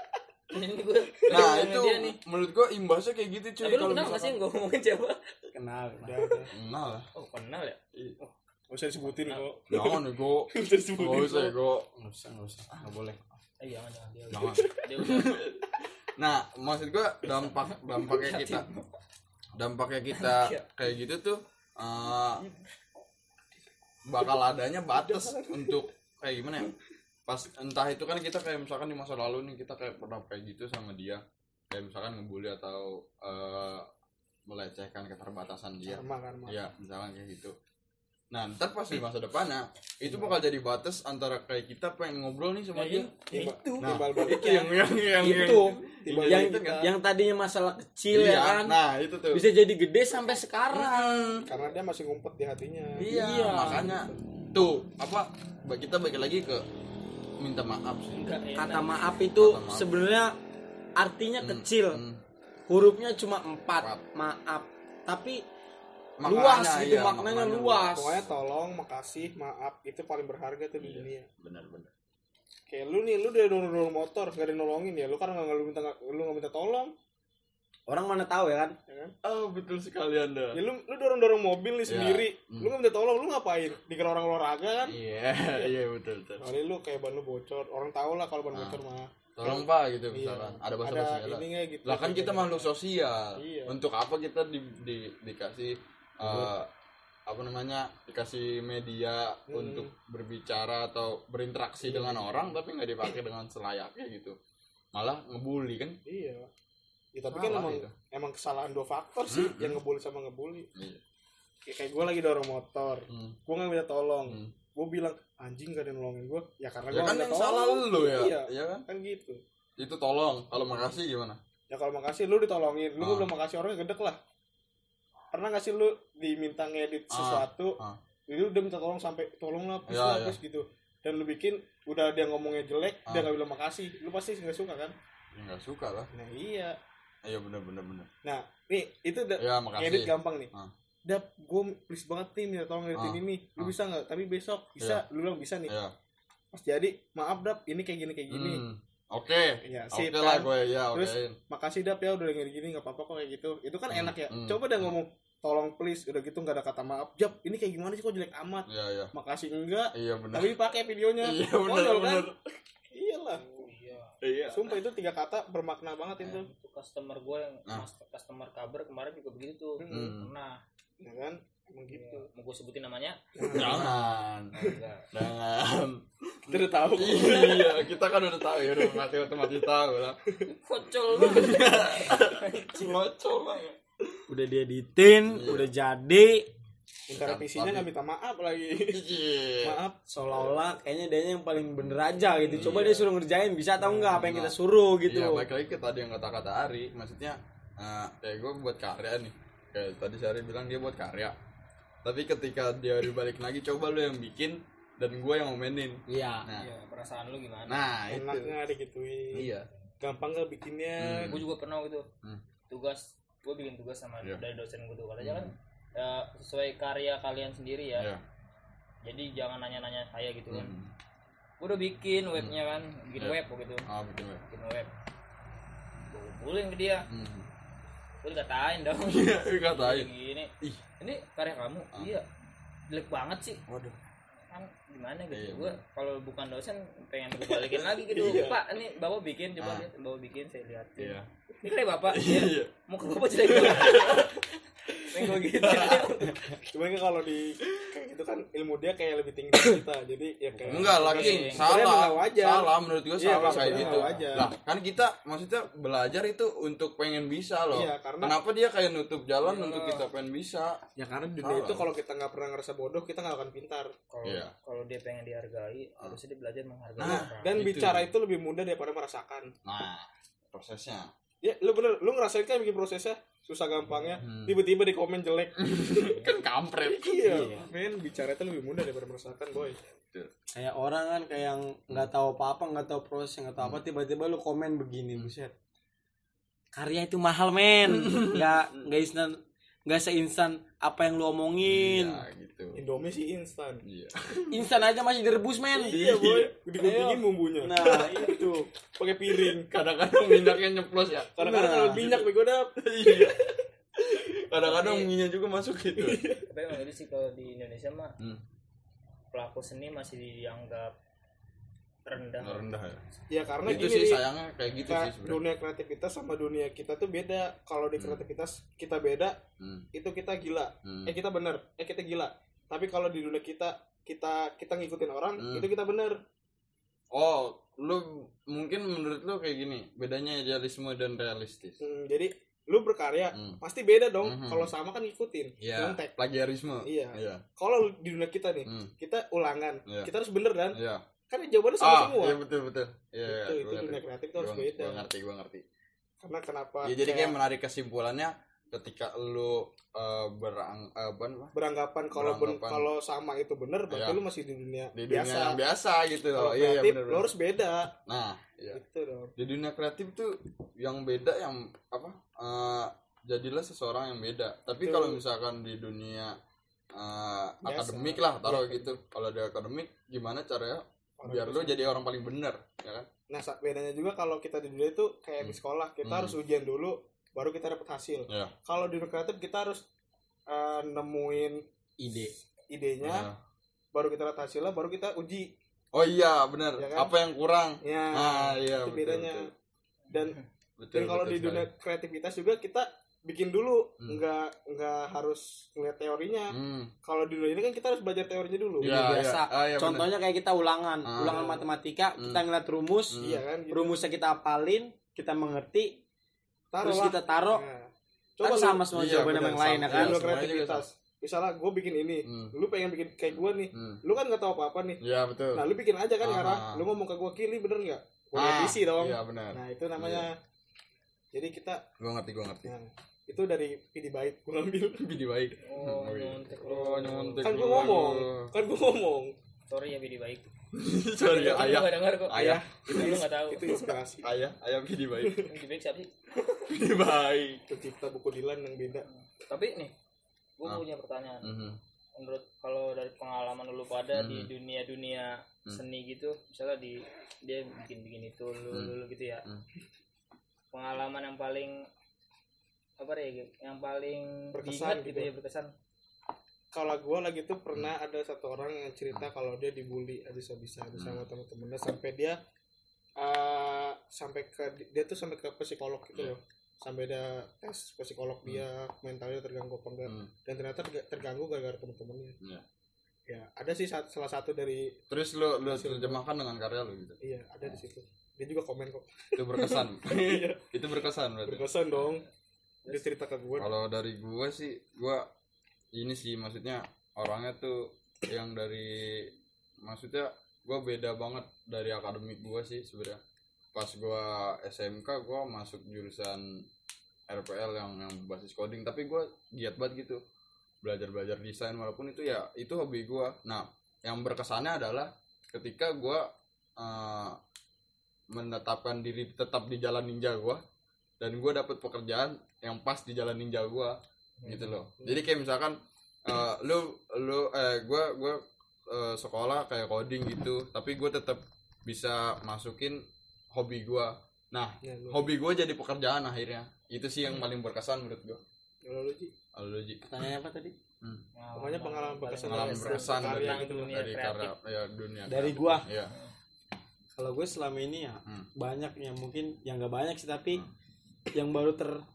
Ini gue Nah itu dia nih. menurut gua imbasnya kayak gitu cuy. Tapi lu Kalau kenal nggak sih misalkan yang gue ngomongin siapa? kenal. Udah, udah. kenal lah. Oh kenal ya. Gak usah disebutin kok. Jangan nego. Gak usah disebutin Gak usah kok. nego. Nggak usah, nggak usah, nggak boleh. Eh jangan jangan dia. Jangan. Dia udah. Nah maksud gua dampak dampaknya kita dampaknya kita kayak gitu tuh eh, bakal adanya batas untuk kayak gimana ya, pas entah itu kan kita kayak misalkan di masa lalu nih kita kayak pernah kayak gitu sama dia, kayak misalkan ngebully atau eh, melecehkan keterbatasan dia, Karma, karma. ya misalkan kayak gitu. Nah ntar pas di masa depannya itu bakal jadi batas antara kayak kita pengen ngobrol nih sama dia. Ya, itu. Nah Timbal balik. itu yang yang yang Itu Timbal yang balik kan. yang tadinya masalah kecil Iya, ya kan, nah itu tuh bisa jadi gede sampai sekarang. Karena dia masih ngumpet di hatinya. Iya, Iya. makanya tuh apa ba- kita balik lagi ke minta maaf sih. Enggak enak. Kata maaf itu Kata maaf. sebenarnya artinya Hmm, kecil, hmm. hurufnya cuma empat, Empat. maaf, tapi Maknanya, luas gitu, iya, maknanya luas. Pokoknya tolong, makasih, maaf, itu paling berharga tuh di Iya. dunia. Benar-benar. Kayak lu nih, lu udah dorong-dorong motor, gak ada yang nolongin ya, lu kan nggak lu minta lu nggak minta tolong, Orang mana tahu ya kan? ya kan? Oh betul sekali anda. Ya lu lu dorong-dorong mobil nih Iya. sendiri, Hmm. lu nggak minta tolong, lu ngapain? Dikira orang olahraga kan? Iya iya betul betul. Kali lu kayak ban lu bocor, orang tahu lah kalau ban Ah. bocor mah. Tolong pak gitu Iya. misalkan. Ada bahasa Ada bahasa ini nggak gitu? Lah kan kita makhluk sosial. Iya. Untuk apa kita di, di dikasih eh, apa namanya dikasih media Hmm. untuk berbicara atau berinteraksi Iya. dengan orang tapi nggak dipakai dengan selayaknya gitu. Malah ngebully kan? Iya. Ya, tapi kan Salah emang itu. emang kesalahan dua faktor sih, Hmm. yang ngebully sama ngebully. Iya. Kayak, kayak gue lagi dorong motor, Hmm. gue nggak minta tolong, Hmm. gue bilang anjing gak ada yang nolongin gue, ya karena Ya gue kan minta yang tolong. salah lu ya. Iya, Iya kan? kan gitu. Itu tolong. Kalau makasih gimana? Ya kalau makasih lu ditolongin, lu Ah. belum makasih orangnya gedek lah. Pernah gak sih lu diminta ngedit Ah. sesuatu, Ah. lu udah minta tolong sampai tolong lah, please Ya, lah, ya. please gitu. Dan lu bikin, udah dia ngomongnya jelek, Ah. dia gak bilang makasih, lu pasti gak suka kan? Ya nggak suka lah. Nah iya. Iya benar benar benar. Nah, nih itu udah Ya makasih. ngedit gampang nih. Ah. Dap, gue please banget nih minta tolong ngeditin Ah. ini. Lu Ah. bisa nggak? Tapi besok bisa. Lu bilang bisa nih. Iya. Pas jadi, maaf Dap, ini kayak gini kayak gini. Hmm. Oke. Ya, Oke sip, lah kan? gue ya Terus, okein. Makasih Dap ya udah gini gini nggak apa-apa kok kayak gitu. Itu kan Hmm, enak ya. hmm. Coba dah ngomong tolong please, udah gitu nggak ada kata maaf. Jap, ini kayak gimana sih kok jelek amat? Iya, iya. Makasih enggak. Iya benar. Tapi pakai videonya. Iya benar Konyol, benar. kan? Iyalah. Oh, iya. Iya. Sumpah itu tiga kata bermakna banget itu. Itu customer gue yang Nah. mas customer kabar kemarin juga begitu tuh. Hmm. Pernah. Ya kan? Emang gitu. Iya. Mau gue sebutin namanya? Jangan. Oh, enggak. Jangan. Kita udah tahu. Iya, kita kan udah tahu ya, udah mati otomatis tahu lah. Kocol banget. Ngocol banget. Udah dieditin, Iya. udah jadi, Minta revisinya nggak minta maaf lagi. Iya. Maaf. seolah-olah kayaknya dia yang paling bener aja gitu. Coba dia suruh ngerjain bisa atau enggak apa yang kita suruh gitu. Iya, balik lagi ke tadi yang kata-kata Ari, maksudnya eh, kayak gue buat karya nih. Kayak tadi si Ari bilang dia buat karya. Tapi ketika dia dibalik lagi, coba lu yang bikin dan gue yang ngomenin. Iya. Nah, Iya, perasaan lu gimana? nah itu. Enaknya digituin. Iya. Gampang nggak bikinnya? Hmm. Gue juga pernah gitu. Hmm. Tugas gue bikin tugas sama Iya. dari dosen gue tuh katanya kan ya, sesuai karya kalian sendiri ya. Iya. Jadi jangan nanya-nanya saya gitu kan. Hmm. Gue udah bikin webnya kan, bikin Iya. web gitu, Ah, bikin web. bikin web. Gue kumpulin ke dia, Hmm. gue dikatain dong. Iya, katain. Gini, Ih. ini karya kamu, Ah. iya, jelek banget sih. Waduh. Kan gimana Iya, gitu. Gue bener. kalau bukan dosen pengen gue balikin lagi gitu. Iya. Pak, ini bapak bikin, coba Ah. lihat, bapak bikin, saya lihat. Iya. Ini karya bapak, Iya. iya. Mau ke bapak jelek banget. Pengen gue gitu. Cuman kan kalau di kayak gitu kan ilmu dia kayak lebih tinggi dari kita. Jadi ya kayak Enggak lagi, sih. Sebenarnya salah. emang wajar. Salah menurut gue Iya, salah kalau kayak sebenarnya gitu. wajar. Lah, kan kita maksudnya belajar itu untuk pengen bisa loh. Iya, karena- Kenapa dia kayak nutup jalan Iya. untuk kita pengen bisa? ya karena di dunia Salah. itu kalau kita nggak pernah ngerasa bodoh kita nggak akan pintar. Kalau Iya. kalau dia pengen dihargai, harusnya dia belajar menghargai Nah, orang. Dan Itu. bicara itu lebih mudah daripada merasakan. Nah, prosesnya. Ya lu bener, lu ngerasain kan bikin prosesnya susah gampangnya, Hmm. tiba-tiba di komen jelek. Kan kampret. Iya, men bicara itu lebih mudah daripada merasakan, boy. Kayak orang kan kayak yang nggak tahu apa-apa, nggak tahu proses, nggak tahu apa, tiba-tiba lu komen begini, buset. Karya itu mahal, men. Nggak nggak instan, nggak seinstan apa yang lu omongin. Iya, gitu. Indomie sih instan. Iya. Instan aja masih direbus, men. Iya, boy. Diguntingin bumbunya. Nah, itu. Pakai piring. Kadang-kadang minyaknya nyeplos ya. Kadang-kadang Nah. kalau minyak bego dap. Iya. Kadang-kadang minyak juga masuk gitu. Tapi emang gitu sih kalau di Indonesia mah Hmm. pelaku seni masih dianggap rendah. Rendah ya. Ya karena Itu gini sih nih, sayangnya kayak gitu Kak, sih sebenarnya. dunia kreativitas sama dunia kita tuh beda. Kalau di kreativitas kita beda, Hmm. itu kita gila. Hmm. Eh kita bener, eh kita gila. Tapi kalau di dunia kita kita kita ngikutin orang, Hmm. itu kita bener. Oh, lu mungkin menurut lu kayak gini, bedanya idealisme dan realistis. Hmm, jadi lu berkarya Hmm. pasti beda dong. Mhm. Kalau sama kan ngikutin, Iya, nyontek. plagiarisme. Iya. Iya. Kalau di dunia kita nih, Hmm. kita ulangan, Iya. kita harus bener kan? Iya. Kan jawabannya sama Ah, semua. iya betul betul. Iya, itu iya, itu gua dunia ngerti. kreatif itu harus Gua- beda. Gua ngerti, gua ngerti. Karena kenapa? Ya jadi kayak menarik kesimpulannya ketika lu uh, berang uh, apa namanya? beranggapan kalau ben- Beranggapan. kalau sama itu bener, berarti Iya. lu masih di dunia Di dunia biasa. yang biasa gitu Kalau loh. Iya, iya kreatif, benar. lu harus beda. Nah, iya. Itu dong. Di dunia kreatif tuh yang beda yang apa? Uh, jadilah seseorang yang beda. Tapi Betul. kalau misalkan di dunia uh, Biasa. akademik lah, taruh Iya. gitu. Kalau di akademik gimana caranya Orang biar itu lu jadi orang paling bener, ya kan? Nah, sa- bedanya juga kalau kita di dunia itu kayak di Hmm. sekolah, kita Hmm. harus ujian dulu baru kita dapat hasil. Ya. Kalau di dunia kreatif kita harus uh, nemuin Ide. idenya, Ya. baru kita dapat hasilnya, baru kita uji. Oh iya, benar. Ya kan? Apa yang kurang? Ya, Ah, iya, itu betul, bedanya. betul. Dan Betul, dan kalau betul di dunia sekali. kreativitas juga kita bikin dulu, Hmm. nggak nggak harus ngeliat teorinya. Hmm. Kalau di dunia ini kan kita harus belajar teorinya dulu. Iya, biasa. iya. Ah, iya, Contohnya kayak kita ulangan, Ah. ulangan matematika, Hmm. kita ngeliat rumus, Hmm. Iya kan? Gitu. rumusnya kita hafalin, kita mengerti, Taruh terus lah. kita taruh, Nah, coba lu- sama semua Iya, jawaban benar, yang lain sama. ya di kan. Iya, dunia semuanya juga kreativitas. Misalnya gue bikin ini, Hmm. lu pengen bikin kayak gue nih, Hmm. lu kan nggak tahu apa-apa nih. Iya, betul. Nah, lu bikin aja kan Ah. ngarah. Lu ngomong ke gue kiri bener nggak? Gue Ah, revisi dong. Iya, benar. Nah, itu namanya. Jadi kita, Gua ngerti, gua ngerti. nah, itu dari P D Bait gue ngambil. Video baik. Oh, Oh, iya. nyontek lu. Oh, nyontek. Kan gue lu. ngomong, kan gue ngomong. Sorry ya video baik. Sorry ya, Lu ayah. nggak dengar kok. Ayah. Lu nggak tahu. Itu inspirasi. Ayah, ayah video baik. Video baik siapa sih? Video baik. Pencipta buku Dilan yang beda. Tapi nih, gue Ah. punya pertanyaan. Mhm. Menurut kalau dari pengalaman lu pada Hmm. di dunia-dunia Hmm. seni gitu, misalnya di dia bikin-bikin itu lu, Hmm. lu, lu gitu ya. Hmm. Pengalaman yang paling apa ya yang paling Berkesan diingat gitu gitu. ya berkesan. Kalau gue lagi tuh pernah ada satu orang yang cerita kalau dia dibully habis-habisan sama temen-temennya sampai dia uh, sampai ke dia tuh sampai ke psikolog gitu loh, sampai dia tes psikolog dia mentalnya terganggu apa enggak, dan ternyata terganggu gara-gara temen-temennya. Iya. Ya ada sih sat- salah satu dari Terus lu lu terjemahkan dengan karya lu gitu. iya ada di situ. Dia juga komen kok. Itu berkesan. Itu berkesan berarti. Berkesan dong. Dia cerita ke gue. Kalau dari gue sih, gue ini sih maksudnya orangnya tuh yang dari maksudnya gue beda banget dari akademik gue sih sebenarnya. Pas gue S M K gue masuk jurusan R P L yang yang berbasis coding, tapi gue giat banget gitu belajar belajar desain, walaupun itu ya itu hobi gue. Nah yang berkesannya adalah ketika gue uh, menetapkan diri tetap di jalan ninja gue, dan gue dapet pekerjaan yang pas di jalan ninja gue gitu loh. Jadi kayak misalkan uh, lu lu eh gue gue uh, sekolah kayak coding gitu, tapi gue tetap bisa masukin hobi gue. Nah ya, hobi gue jadi pekerjaan akhirnya. Itu sih yang paling berkesan menurut gue. Kalau lu Ji, kalau lu Ji, pertanyaannya apa tadi? Hmm. Pokoknya pengalaman berkesan, pengalaman berkesan dari gitu, dunia dari karya ya dunia dari gue. Ya. Kalau gue selama ini ya hmm. banyak yang mungkin yang nggak banyak sih, tapi hmm. yang baru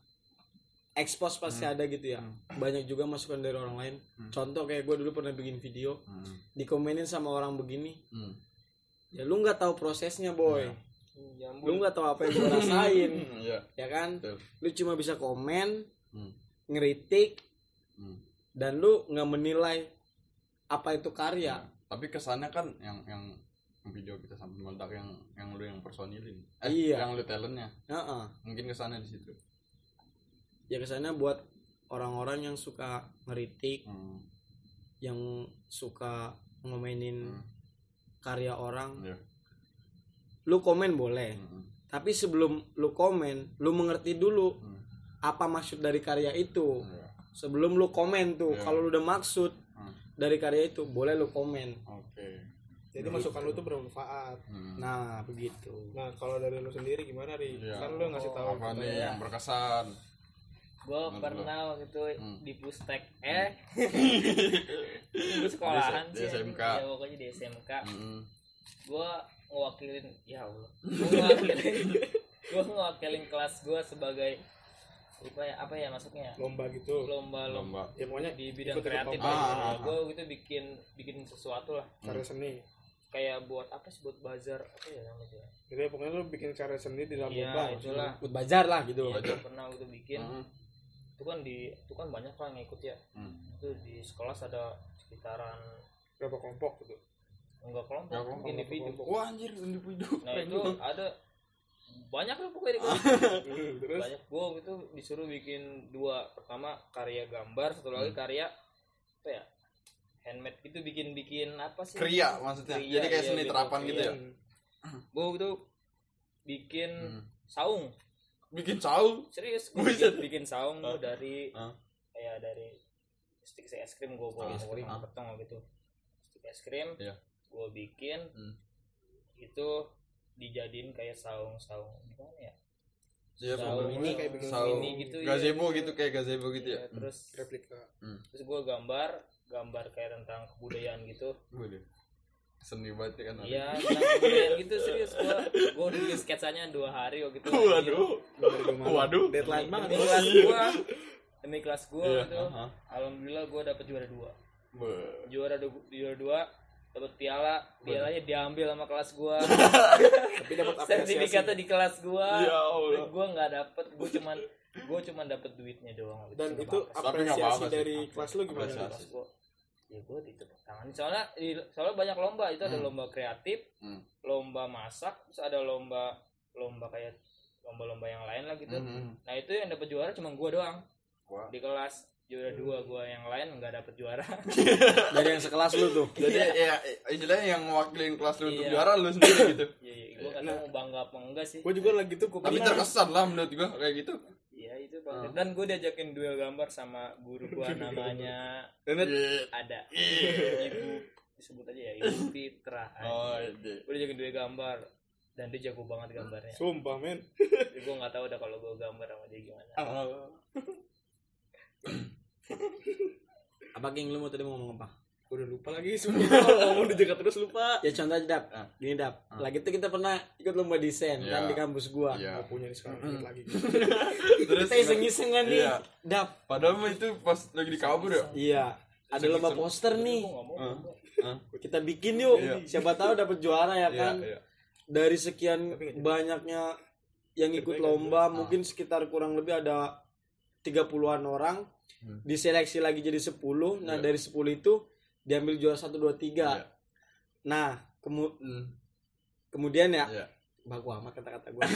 terekspos pasti hmm. ada gitu ya. Hmm. Banyak juga masukan dari orang lain. Hmm. Contoh kayak gue dulu pernah bikin video, hmm. dikomenin sama orang begini. Hmm. Ya lu nggak tahu prosesnya boy. Hmm. Lu nggak tahu apa yang gue rasain. yeah. Ya kan? Betul. Lu cuma bisa komen, hmm. ngeritik, hmm. dan lu nggak menilai apa itu karya. Hmm. Tapi kesannya kan yang yang video kita sampai meledak yang yang lu yang personilin, eh iya. yang lu talentnya, uh-uh. mungkin kesannya di situ. Ya kesannya buat orang-orang yang suka ngeritik, hmm. yang suka ngomenin hmm. karya orang, yeah. lu komen boleh, hmm. tapi sebelum lu komen, lu mengerti dulu hmm. apa maksud dari karya itu, yeah. sebelum lu komen tuh, yeah. kalau lu udah maksud hmm. dari karya itu, boleh lu komen. Oke. Okay. Jadi begitu. Masukan lu tuh bermanfaat. Hmm. Nah, begitu. Nah, kalau dari lu sendiri gimana, Ri? Ya. Kan lu ngasih tahu apa nih yang berkesan. Gue pernah waktu itu hmm. di Pustek eh di sekolahan di, sih. Di S M K. Ya pokoknya di S M K. Hmm. Gue ngewakilin ya Allah. Gue ngewakilin gue ngewakilin kelas gue sebagai apa ya apa ya masuknya lomba gitu, lomba lomba, lomba. Ya pokoknya di bidang kreatif ah, gitu. ah, ah. Gue gitu bikin bikin sesuatu lah karya seni, kayak buat apa sih, buat bazar apa ya namanya. Jadi pokoknya lu bikin karya seni di dalam ya, lomba itulah buat bazar lah gitu. Iya, gue pernah gitu bikin uh-huh. itu kan di itu kan banyak orang yang ikut ya. hmm. Itu di sekolah ada sekitaran berapa kelompok gitu, enggak kelompok, kelompok individu. Wah anjir, individu. Nah itu ada banyak lah pokoknya terus banyak. Gue itu disuruh bikin dua, pertama karya gambar, satu lagi hmm. karya apa ya handmade gitu, bikin bikin apa sih kriya maksudnya kriya, jadi kayak seni terapan gitu ya. Gue itu bikin hmm. saung bikin saung serius gue bikin, bikin saung uh. dari uh. kayak dari stik es krim gue bawa bawain uh. potong gitu stik es krim yeah. gue bikin hmm. itu dijadiin kayak saung-saung gimana ya? Ya, saung ini kayak bikin saung ini gitu gazebo ya, gitu kayak gazebo gitu ya. ya terus replika. Hmm. Terus gue gambar, gambar kayak tentang kebudayaan gitu. Boleh. Seni banget kan. Iya, tentang kebudayaan gitu serius gue. Gue udah bikin sketsanya dua hari waktu itu. Waduh. Waduh. Deadline banget. Demi kelas gue, demi kelas gue yeah, gitu. Uh-huh. Alhamdulillah gue dapet juara dua. Be. Juara dua, juara dua. Dapat piala, pialanya diambil sama kelas gua. Tapi dapat sertifikatnya di kelas gua. Ya Allah. Gua enggak dapat, gua cuman gua cuman dapat duitnya doang. Dan itu apresiasi dari kelas lu gimana? Kelas gua. Ya gua ditepuk tangan. Soalnya soalnya banyak lomba, itu ada hmm. lomba kreatif, hmm. lomba masak, terus ada lomba lomba kayak lomba-lomba yang lain lah gitu. Hmm. Nah, itu yang dapat juara cuma gua doang. Wah. Di kelas juara dua, gue yang lain nggak dapet juara. Dari yang sekelas lu tuh. Jadi ya istilahnya yang mewakilin kelas lu untuk juara lu sendiri gitu. Iya, iya. Gue nggak tahu bangga apa enggak sih. Gue juga lagi tuh. Tapi terkesan lah menurut gue kayak gitu. Iya itu bang. Dan gue diajakin duel gambar sama guru gue namanya ada Ibu, disebut aja ya Ibu Fitra. Oh iya. Gue diajakin duel gambar. dan dia jago banget gambarnya. Sumpah men. Gue nggak tahu dah kalau gue gambar sama dia gimana. Oh. Apa King, lu mau tadi mau ngomong apa? Gue udah lupa lagi sumpah. Ngomong dijaga terus lupa. Ya contoh aja Dap. Ah. Gini Dap. Ah. Lagi itu kita pernah ikut lomba desain Iya. kan di kampus gua. Iya. Gak punya nih sekarang ingat lagi. Terus Kita iseng-iseng kan nih. Iya. Dap. Padahal mah itu pas lagi di kabur ya. Iya. Ada lomba Iseng-iseng. poster nih. Gue nggak mau. Ah. Ah. Kita bikin yuk. Iya. Siapa tahu dapat juara ya Iya, kan. iya. Dari sekian Tapi nggak jadi. banyaknya yang ikut Terbaik lomba, Ah. mungkin sekitar kurang lebih ada tiga puluhan orang. Hmm. Diseleksi lagi jadi sepuluh. Nah, Iya. dari sepuluh itu diambil juara satu dua tiga. Iya. Nah, kemu- Hmm. kemudian ya, Iya. bagus amat kata-kata gue.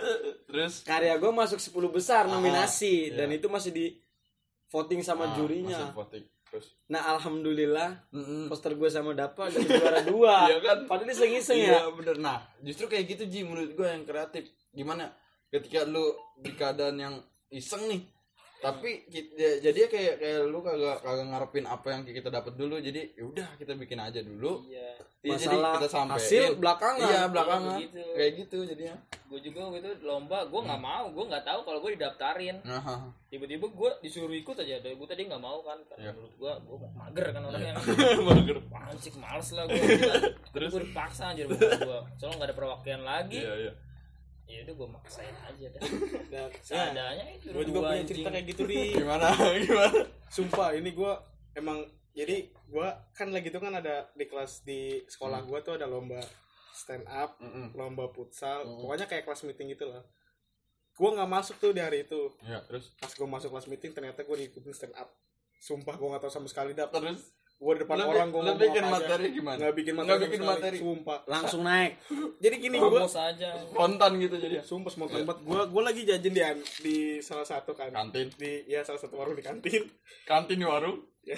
Terus Karya gue masuk sepuluh besar Ah, nominasi iya. dan itu masih di voting sama ah, jurinya. masih voting. Terus Nah, alhamdulillah Mm-mm. poster gue sama Dapa dari juara dua. Iya kan? Padahal iseng-iseng Iya ya. bener. Nah justru kayak gitu Ji menurut gue yang kreatif. Gimana ketika lu di keadaan yang iseng nih, tapi ki- ya- jadi kayak kayak lu kagak kagak ngarepin apa yang kita dapat dulu, jadi ya udah kita bikin aja dulu. Iya. Ya, jadi Masalah kita sampein. hasil belakangan. Iya belakangan Iya, begitu. kayak gitu jadinya. Gue juga waktu itu lomba, gue nggak mau, gue nggak tahu kalau gue didaftarin. Nah, Tiba-tiba gue disuruh ikut aja, dari gue tadi nggak mau kan, karena Iya. menurut gue gue mager kan orangnya. mager. Pancik males lah gue. Terus gue dipaksa anjir gue, soalnya nggak ada perwakilan lagi. Iya iya. Ya udah gue maksain aja dah. Dan Seadanya itu. gue juga punya cerita kayak gitu di. Gimana gimana? Sumpah ini gue emang jadi gue kan lagi tuh kan ada di kelas di sekolah gue tuh ada lomba stand up, Mm-mm. lomba futsal, Mm. pokoknya kayak kelas meeting gitu lah. Gue nggak masuk tuh di hari itu. Ya terus Pas gue masuk kelas meeting ternyata gue diikutin stand up. Sumpah gue nggak tahu sama sekali dap. terus Gue di depan Lu orang bi- gue lu ngomong bikin apa aja. materi gimana? Nggak bikin materi. Nggak sama bikin sekali. materi. Sumpah. Langsung naik. Jadi gini gue. Promos aja. Spontan gitu jadi. Ya, sumpah spontan banget. Gue gue lagi jajan di di salah satu kan. Kantin. Di ya salah satu warung di kantin. Kantin di warung. Ya.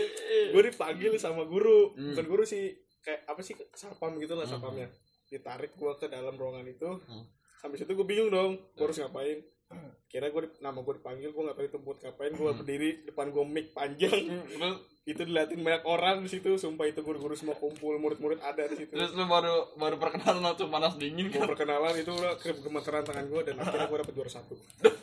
Gue dipanggil sama guru. Hmm. Bukan guru sih, kayak apa sih, sapam gitu lah Hmm. sapamnya. Ditarik gue ke dalam ruangan itu. Hmm. Habis itu gue bingung dong, gue harus ngapain. Kira gue nama gue dipanggil, gue nggak tahu itu buat ngapain. Gue berdiri depan gue mic panjang. Terus Itu diliatin banyak orang di situ. Sumpah itu guru-guru semua kumpul, murid-murid ada di situ. terus lu baru baru perkenalan langsung panas dingin Gue kan? perkenalan itu udah gemeteran tangan gue dan akhirnya gue dapet juara satu.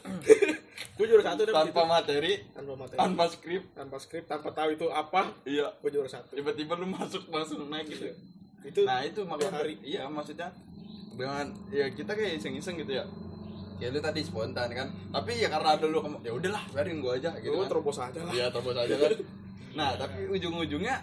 Gue juara satu dapet Tanpa itu. materi, Tanpa materi, tanpa skrip. tanpa skrip, tanpa tahu itu apa. Iya. Gue juara satu. Tiba-tiba lu masuk langsung naik gitu. Itu Nah, itu makanya hari. iya maksudnya dengan ya kita kayak iseng-iseng gitu ya. Kayak lu tadi spontan kan. Tapi ya karena ada lu kemu- ya udahlah, biarin gua aja gitu. gue Kan. terobos aja lah. Iya, terus aja kan. Nah, tapi ujung-ujungnya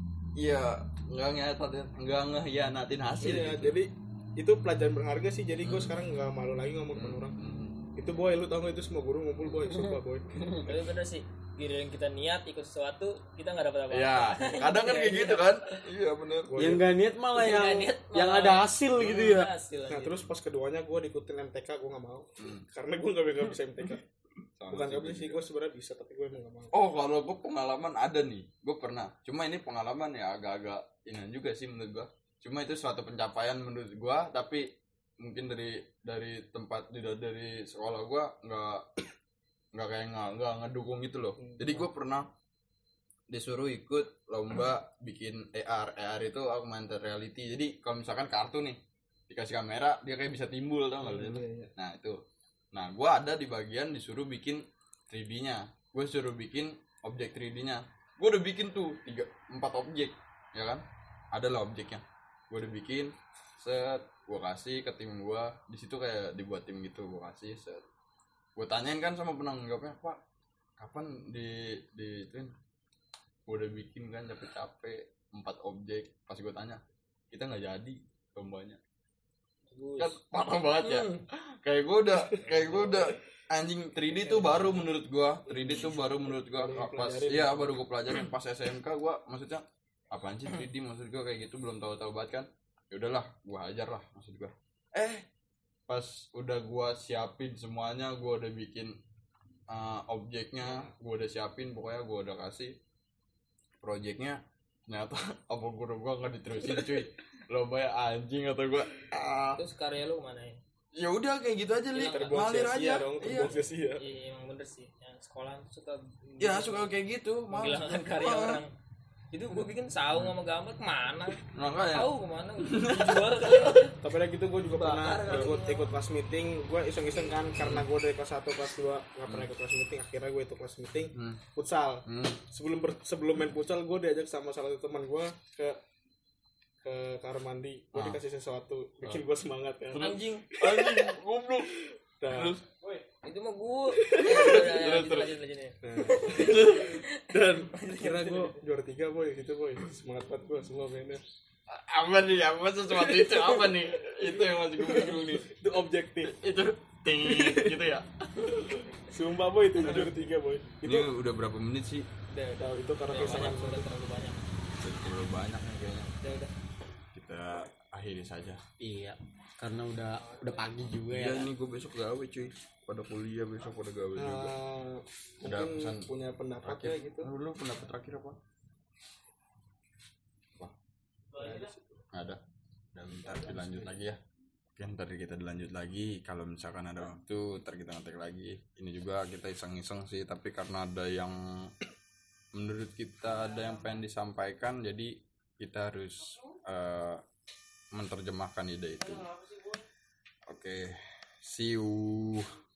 ya enggak ngehianatin enggak ngehianatin hasil Iya, gitu. jadi itu pelajaran berharga sih. Jadi gue sekarang nggak malu lagi ngomong depan orang. Itu boy, lu tau gak itu semua guru ngumpul boy, sumpah boy. Tapi bener sih, giliran kita niat ikut sesuatu, kita nggak dapat apa-apa. Iya, kadang kan kayak gitu kan. Iya, bener. Gua Yang liat. gak niat malah Yang yang nggak niat yang malah- ada hasil gitu ya. Hasil Nah aja. terus pas keduanya gue diikutin M T K, gue nggak mau. Hmm. Karena gue nggak nggak bisa M T K. Sama Bukan nggak juga. bisa sih, gue sebenarnya bisa, tapi gue emang nggak mau. Oh, kalau gue pengalaman ada nih, gue pernah. Cuma ini pengalaman ya agak-agak ini juga sih menurut gue. Cuma itu suatu pencapaian menurut gue, tapi mungkin dari dari tempat dari, dari sekolah gue nggak nggak kayak nggak nggak ngedukung gitu loh. Hmm. Jadi gue pernah disuruh ikut lomba bikin A R. A R itu augmented reality. Jadi kalau misalkan kartu nih dikasih kamera, dia kayak bisa timbul, tau nggak lu? Iya, iya. Nah itu. Nah gue ada di bagian disuruh bikin tiga D-nya. Gue suruh bikin objek tiga D-nya. Gue udah bikin tuh tiga empat objek, ya kan? Ada lah objeknya. Gue udah bikin, set, gue kasih ke tim gue. Di situ kayak dibuat tim gitu, gue kasih, set. Gue tanyain kan sama penanggung jawabnya, Pak, kapan di di ituin? Gue udah bikin kan capek-capek empat objek. Pas gue tanya, kita nggak jadi lombanya. Kan parah banget ya. Kayak gue udah kayak gue udah anjing tiga D tuh baru menurut gue. tiga D tuh baru menurut gue pas iya baru gue pelajarin pas S M K. Gue maksudnya apaan sih tiga D, maksud gue kayak gitu belum tahu-tahu banget kan. Ya udahlah, gue hajar lah maksud gue. Eh pas udah gue siapin semuanya, gue udah bikin uh, objeknya, gue udah siapin, pokoknya gue udah kasih projectnya, ternyata apa guru gue nggak diterusin cuy. Lomba ya anjing atau gue ah. Terus karya lu kemana ya? Ya udah kayak gitu aja, Li. Terbuang Ngalir sia-sia aja. dong, Iya. terbuang sia-sia. Iya emang bener sih, yang sekolah suka Ya suka kayak gitu, menghilangkan karya Ah. orang. Itu gue bikin saung sama gambar kemana? Makanya. Tahu kemana? Jual kali. Tapi lagi gitu gue juga pernah ikut ikut kelas meeting. Gue iseng-iseng kan karena gue dari kelas satu kelas dua nggak pernah ikut kelas meeting. Akhirnya gue ikut kelas meeting hmm. futsal. Hmm. Sebelum ber, sebelum main futsal gue diajak sama salah satu teman gue ke ke kamar mandi. Gue ah. dikasih sesuatu bikin gue semangat kan. Anjing, anjing, goblok. Terus, itu mah gue. Dan kira gue juara tiga boy gitu boy, semangat banget gue semua mainnya. Apa nih, apa sesuatu itu apa nih? Itu yang masih gue pikir nih. Itu objektif. Itu ting gitu ya. Sumpah boy itu juara tiga boy. Itu ini udah berapa menit sih? Udah, udah itu karena kesangan sudah terlalu banyak. Terlalu banyak nih kayaknya. Udah, udah. Kita akhiri saja. Iya. Karena udah udah pagi juga ya. Iya nih gue besok gawe cuy. Pada kuliah besok pada gawe juga. Uh, ada pesan punya pendapat terakhir ya gitu. Nah, lu pendapat terakhir apa? Wah. Nggak ada. Dan ntar dilanjut lagi ya. Oke, ntar kita dilanjut lagi. Kalau misalkan ada waktu, ntar kita ngetek lagi. Ini juga kita iseng-iseng sih, tapi karena ada yang menurut kita ada yang pengen disampaikan, jadi kita harus uh, menerjemahkan ide itu. Oke, okay. See you.